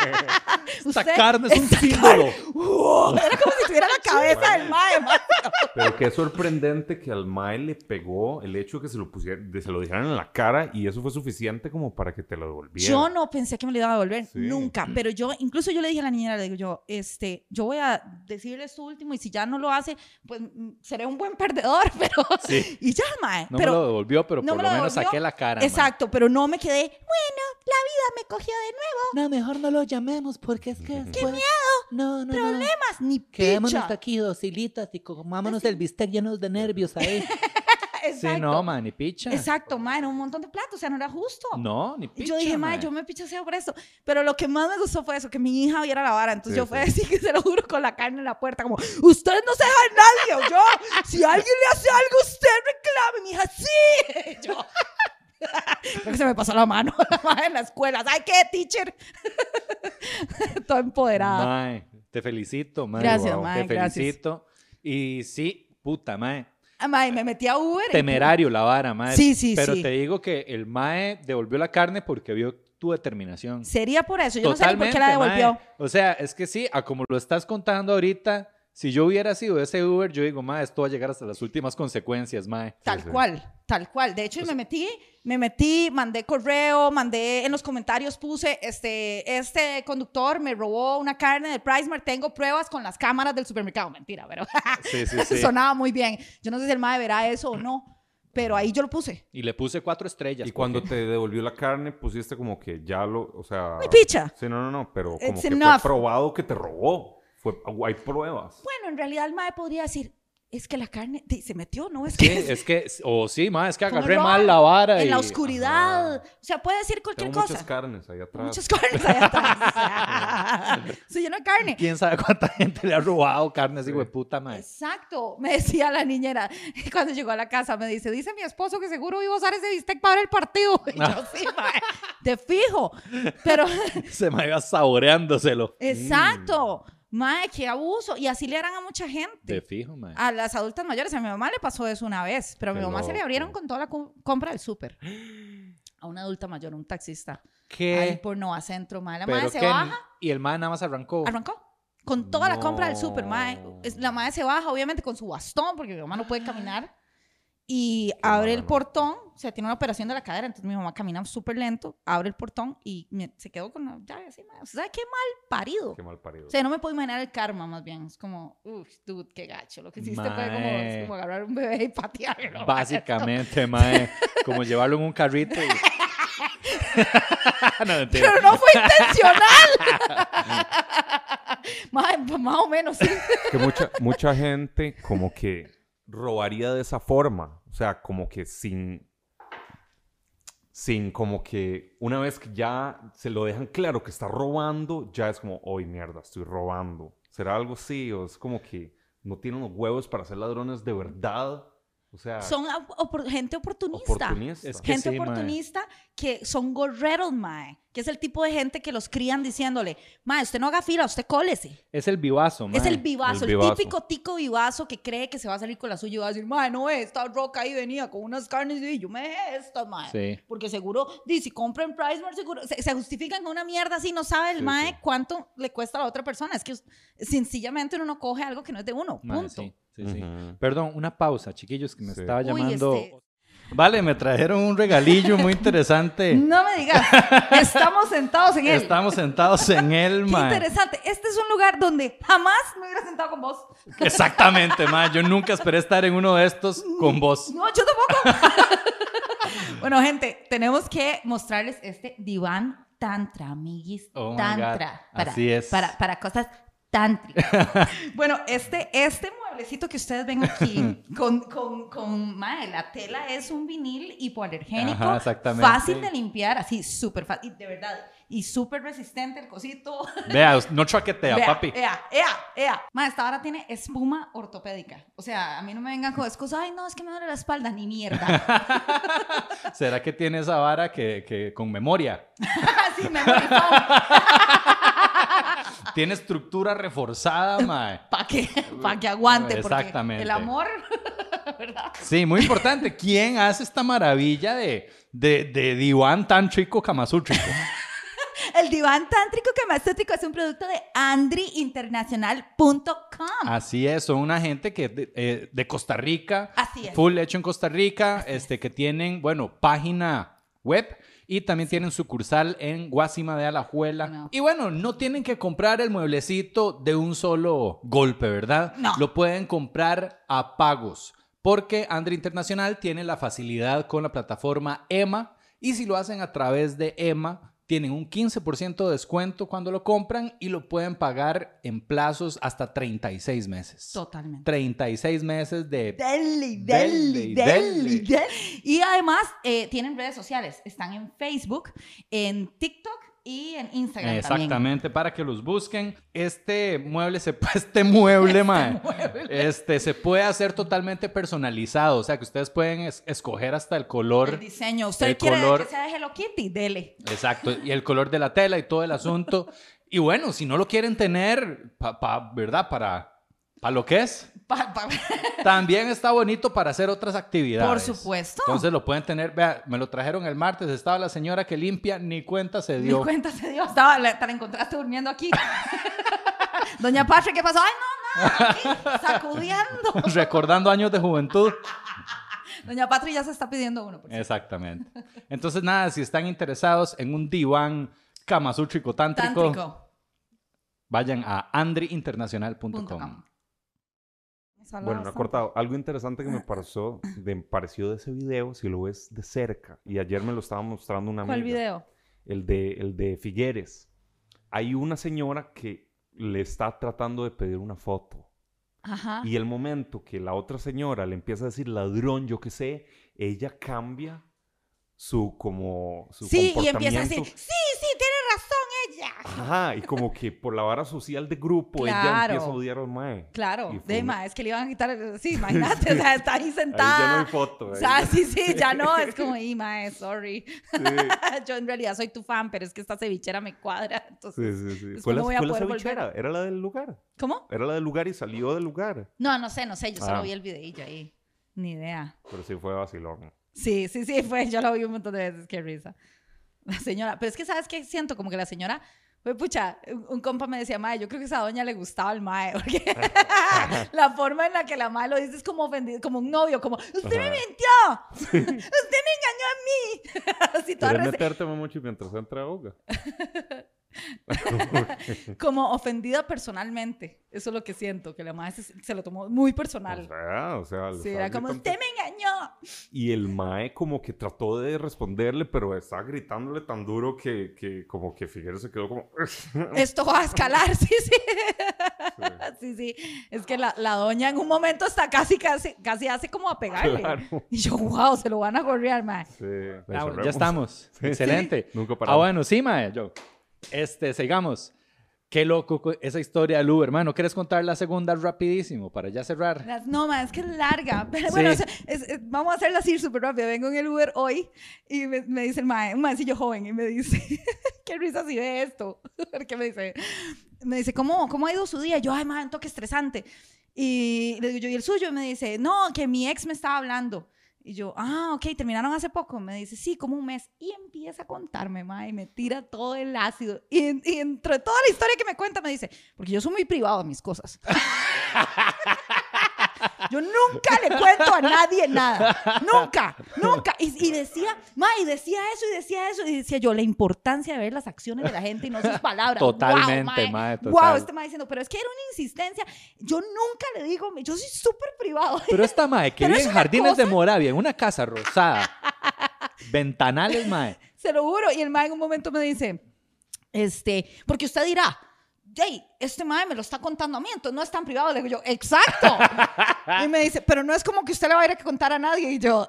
Esta carne es un esta símbolo. carne- Wow, era como si tuviera la cabeza del mae, mae. Pero qué sorprendente que al mae le pegó el hecho de que se lo pusiera, de se lo dijeran en la cara y eso fue suficiente como para que te lo devolviera. Yo no pensé que me lo iba a devolver, Sí. nunca. Pero yo, incluso yo le dije a la niñera, le digo yo, este, yo voy a decirle esto último y si ya no lo hace, pues mm, seré un buen perdedor, pero... Sí. Y ya, mae. No pero, me lo devolvió, pero no por me lo lo menos devolvió. saqué la cara. mae. Exacto, pero no me quedé, bueno, la vida me cogió de nuevo. No, mejor no lo llamemos porque es que después... ¡Qué miedo! No, no, Problemas, no. ni Quedémonos picha. aquí docilitas y comámonos el bistec llenos de nervios ahí. Exacto. Sí, no, man, ni picha. Exacto, mae, era un montón de plata, o sea, no era justo. No, ni Y picha. yo dije, mae, mae. yo me pichaseo por esto. Pero lo que más me gustó fue eso, que mi hija viera la vara. Entonces Sí, yo fui a sí. decir que se lo juro con la carne en la puerta, como, ustedes no se dejan nadie, o yo, si alguien le hace algo, usted reclame. Mi hija, sí. Y yo, creo que se me pasó la mano la madre en la escuela. ¿Sabes qué, teacher? Toda empoderada. Mae, te felicito, mae. Gracias, Wow, mae, Te gracias. felicito. Y sí, puta, mae. Ah, mae, me metí a Uber. y- Temerario la vara, mae. Sí, sí, Pero sí. te digo que el mae devolvió la carne porque vio tu determinación. Sería por eso. Yo no sé ni por Totalmente, qué la devolvió. mae. O sea, es que sí, a como lo estás contando ahorita, si yo hubiera sido ese Uber, yo digo, mae, esto va a llegar hasta las últimas consecuencias, mae. Tal Sí, sí. cual, tal cual. De hecho, me metí, me metí, mandé correo, mandé en los comentarios, puse, este, este conductor me robó una carne de PriceMart, tengo pruebas con las cámaras del supermercado. Mentira, pero Sí, sí, sí. sonaba muy bien. Yo no sé si el mae verá eso o no, pero ahí yo lo puse. Y le puse cuatro estrellas. Y cuando porque- te devolvió la carne, pusiste como que ya lo, o sea... ¡Ay, picha! Sí, no, no, no, pero como It's que enough. fue probado que te robó. Fue, hay pruebas. Bueno, en realidad el mae podría decir, es que la carne di- se metió, ¿no? Es Sí, que es que, o sí, mae, es que fue un agarré error mal la vara. en y... la oscuridad. Ajá. O sea, puede decir cualquier Tengo cosa. muchas carnes ahí atrás. Muchas carnes allá atrás. Se llenó de carne. ¿Quién sabe cuánta gente le ha robado carne así, güey, puta, mae? Exacto, me decía la niñera cuando llegó a la casa, me dice, dice mi esposo que seguro iba a usar ese bistec para ver el partido. Y yo, sí, mae, te fijo, pero Se me iba saboreándoselo. exacto, mae, qué abuso, y así le harán a mucha De gente, fijo, mae. a las adultas mayores. A mi mamá le pasó eso una vez, pero a mi Qué mamá se le loco. abrieron con toda la com- compra del súper. A una adulta mayor, un taxista, ¿Qué? ahí por Nova Centro, mae, la Pero madre se que- baja. Y el mae nada más arrancó. Arrancó. Con toda la compra del súper, mae. No. Es- La madre se baja, obviamente, con su bastón, porque mi mamá no puede caminar. Y abre el mala, no. portón. O sea, tiene una operación de la cadera, entonces mi mamá camina súper lento, abre el portón y me- se quedó con la llave así, mae. O sea, qué mal parido. Qué mal parido. O sea, no me puedo imaginar el karma, más bien. Es como, uff, dude, qué gacho. Lo que hiciste fue como, Mae. es como agarrar un bebé y patearlo. mae. Básicamente, mae. Como llevarlo en un carrito y... no, mentira. Pero no fue intencional. Mae, pues, más o menos, sí. Que mucha, mucha gente como que robaría de esa forma. O sea, como que sin... Sin como que una vez que ya se lo dejan claro que está robando, ya es como, hoy mierda, estoy robando. ¿Será algo así? O es como que no tienen los huevos para ser ladrones de verdad. O sea, Son op- opor- gente oportunista. oportunistas. Es que Gente sí, mae. oportunista que son gorreros, mae. Que es el tipo de gente que los crían diciéndole, mae, usted no haga fila, usted cólese. Es el vivazo, mae. Es el vivazo, El el, vivazo. típico tico vivazo que cree que se va a salir con la suya y va a decir, mae, no, esta roca ahí venía con unas carnes y yo me dejé estas, mae. Sí. Porque seguro, di, si compra en PriceMart, seguro, se, se justifican con una mierda así, no sabe el Sí, mae sí. cuánto le cuesta a la otra persona. Es que sencillamente uno no coge algo que no es de uno, Mae, punto. sí, sí, sí. Ujú. Perdón, una pausa, chiquillos, que me Sí. estaba Uy, llamando... este- Vale, me trajeron un regalillo muy interesante. No me digas, estamos sentados en él. Estamos sentados en él, Qué mae. interesante. Este es un lugar donde jamás me hubiera sentado con vos. Exactamente, mae. Yo nunca esperé estar en uno de estos con vos. No, yo tampoco. Bueno, gente, tenemos que mostrarles este diván tantra, amiguis. Oh my tantra. God. Para, Así es. Para, para cosas tántricas. Bueno, este, este mueblecito que ustedes ven aquí, con, con, con mae, la tela es un vinil hipoalergénico. Ajá, exactamente. Fácil de limpiar, así súper fácil, de verdad. Y súper resistente el cosito. Vea, no chaquetea, Vea, papi. Ea, ea, ea. Ma, esta ahora tiene espuma ortopédica. O sea, a mí no me vengan con excusas. Ay, no, es que me duele la espalda. Ni mierda. ¿Será que tiene esa vara que, que con memoria? Sí, memory foam. Tiene estructura reforzada, mae. Para que, pa' que aguante. Porque Exactamente. el amor, ¿verdad? Sí, muy importante. ¿Quién hace esta maravilla de, de, de diván tan chico camasútrico? El diván tántrico camastétrico es un producto de andri internacional punto com. Así es, son una gente que de, eh, de Costa Rica, Así es. full hecho en Costa Rica, este, que tienen, bueno, página web y también tienen sucursal en Guásima de Alajuela. No. Y bueno, no tienen que comprar el mueblecito de un solo golpe, ¿verdad? No. Lo pueden comprar a pagos, porque Andri Internacional tiene la facilidad con la plataforma Emma, y si lo hacen a través de Emma, tienen un quince por ciento de descuento cuando lo compran y lo pueden pagar en plazos hasta treinta y seis meses. Totalmente. treinta y seis meses de... Deli, Deli, deli, deli. deli, deli. Y además eh, tienen redes sociales. Están en Facebook, en TikTok y en Instagram Exactamente, también. para que los busquen. Este mueble, se, este mueble, mae, este, se puede hacer totalmente personalizado. O sea, que ustedes pueden es- escoger hasta el color. El diseño. ¿Usted el quiere color- que sea de Hello Kitty? Dele. Exacto, y el color de la tela y todo el asunto. Y bueno, si no lo quieren tener, pa, pa- ¿verdad? Para, para lo que es. Pa- pa- También está bonito para hacer otras actividades. Por supuesto. Entonces lo pueden tener, vea, me lo trajeron el martes, estaba la señora que limpia, ni cuenta se Ni dio. cuenta se dio. Estaba, la- te la encontraste durmiendo aquí. Doña Patria, ¿qué pasó? Ay, no, no, aquí, sacudiendo. Recordando años de juventud. Doña Patria ya se está pidiendo uno. Por cierto. Exactamente. Entonces, nada, si están interesados en un diván kamasutrico tántrico, Tántrico. vayan a andri internacional punto Punto com. com. Eso habla Bueno, no he bastante. cortado. Algo interesante que me pareció, de, me pareció de ese video, si lo ves de cerca, y ayer me lo estaba mostrando una amiga. ¿Cuál video? El de, el de Figueres. Hay una señora que le está tratando de pedir una foto. Ajá. Y el momento que la otra señora le empieza a decir ladrón, yo qué sé, ella cambia su como su Sí, y comportamiento. empieza a decir, sí, sí, tiene razón ella. Ajá, y como que por la vara social de grupo ella Claro. empieza a odiar al mae. Claro, Y fue de una- ma, es que le iban a quitar, el- sí, imagínate, o sea, está ahí Ahí sentada. ya no hay foto. O ahí sea, ya- sí, sí, ya no, es como, y mae, sorry. Sí, Yo en realidad soy tu fan, pero es que esta cevichera me cuadra, entonces, sí, sí, sí. Es Fue que la, no voy a fue la poder cevichera, volver. era la del lugar. ¿cómo? Era la del lugar y salió del lugar. No, no sé, no sé, yo solo Ah. vi el videillo ahí, ni idea. Pero sí fue vacilón. Sí, sí, sí, fue, yo lo vi un montón de veces, qué risa. La señora, pero es que, ¿sabes qué? Siento como que la señora, pues, pucha, un, un compa me decía, mae, yo creo que a esa doña le gustaba el mae, porque la forma en la que la mae lo dice es como ofendido, como un novio, como, usted me Ajá. mintió, usted me engañó a mí. Así toda ¿Quieres rese- meterte, Mamuchi, mientras entra Olga? como ofendida personalmente. Eso es lo que siento, que la mae se, se lo tomó muy O personal. sea, o sea... le Sí, estaba era como, gritando. usted me engañó. Y el mae como que trató de responderle, pero estaba gritándole tan duro que, que como que Figueres se quedó como... Esto va a escalar, sí, sí. Sí, sí. Es que la, la doña en un momento está casi, casi, casi hace como a pegarle. Claro. Y yo, wow, se lo van a gorrear, mae. Sí, Ah, cerremos. ya estamos. Sí. Excelente. Nunca Ah, paramos. bueno, sí, mae. Yo. Este, sigamos. Qué loco co- esa historia del Uber, hermano. ¿Quieres contar la segunda rapidísimo para ya cerrar? Las- No, mae, es que es larga. Pero Sí. bueno, o sea, es- es- vamos a hacerla así súper rápido. Vengo en el Uber hoy y me, me dice el mae, un maecillo joven, y me dice, qué risa si ve esto. Porque me dice, me dice, ¿cómo, cómo ha ido su día? Yo, ay, mae, un toque estresante. Y le digo yo, ¿y el suyo? Y me dice, no, que mi ex me estaba hablando. Y yo, ah, ok, terminaron hace poco. Me dice, sí, como un mes. Y empieza a contarme, ma, y me tira todo el ácido. Y, y entre toda la historia que me cuenta, me dice, porque yo soy muy privado de mis cosas. Yo nunca le cuento a nadie nada. Nunca, nunca. Y, y decía, ma, y decía eso, y decía eso. Y decía yo, la importancia de ver las acciones de la gente y no sus palabras. Totalmente, wow, mae. mae, Wow, total. este ma diciendo, pero es que era una insistencia. Yo nunca le digo, yo soy súper privado. Pero esta mae que Pero vive es en una Jardines de cosa- Moravia, en una casa rosada, ventanales, mae. Se lo juro. Y el mae en un momento me dice, este, porque usted dirá, Jay, este mae me lo está contando a mí, entonces no es tan privado. Le digo yo, exacto. Y me dice, pero no es como que usted le va a ir a contar a nadie. Y yo,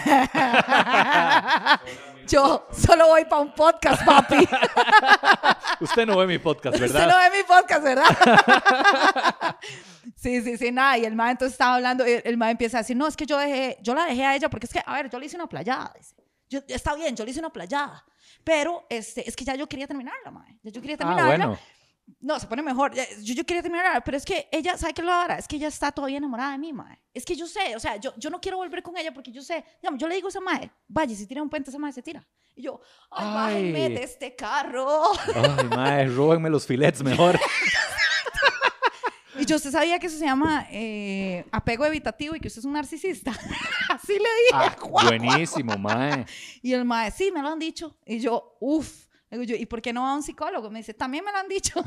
yo solo voy para un podcast, papi. Usted no ve mi podcast, Usted ¿verdad? no ve mi podcast, ¿verdad? Sí, sí, sí, nada. Y el mae entonces estaba hablando, y el mae empieza a decir, no, es que yo dejé, yo la dejé a ella porque es que, a ver, yo le hice una playada. Dice. Yo, está bien, yo le hice una playada. Pero este, es que ya yo quería terminarla, mae. Ya yo quería Ah, terminarla. bueno. No, se pone mejor. Yo, yo quería terminar, pero es que ella, ¿sabe qué es lo ahora? Es que ella está todavía enamorada de mí, mae. Es que yo sé, o sea, yo, yo no quiero volver con ella porque yo sé, digamos, yo le digo a esa mae, vaya, si tira un puente, esa mae se tira. Y yo, ay, Ay. bájenme de este carro. Ay, mae, róbenme los filets mejor. Y yo, ¿usted sabía que eso se llama eh, apego evitativo y que usted es un narcisista? Así le dije. Ah, Guau. buenísimo, mae. Y el mae, sí, me lo han dicho. Y yo, uff. Digo yo, ¿y por qué no va a un psicólogo? Me dice, también me lo han dicho.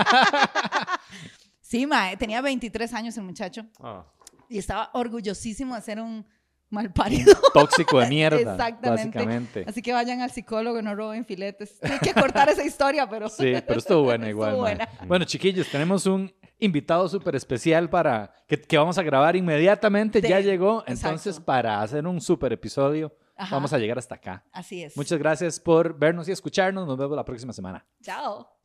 Sí, mae, tenía veintitrés años el muchacho. Ah. Y estaba orgullosísimo de ser un malparido. Tóxico de mierda, Exactamente. básicamente. Así que vayan al psicólogo, no roben filetes. Hay que cortar esa historia, pero... Sí, pero estuvo buena igual, Estuvo mae. buena. Bueno, chiquillos, tenemos un invitado súper especial para que, que vamos a grabar inmediatamente. De- ya llegó, exacto. entonces para hacer un súper episodio Ajá. vamos a llegar hasta acá. Así es. Muchas gracias por vernos y escucharnos. Nos vemos la próxima semana. Chao.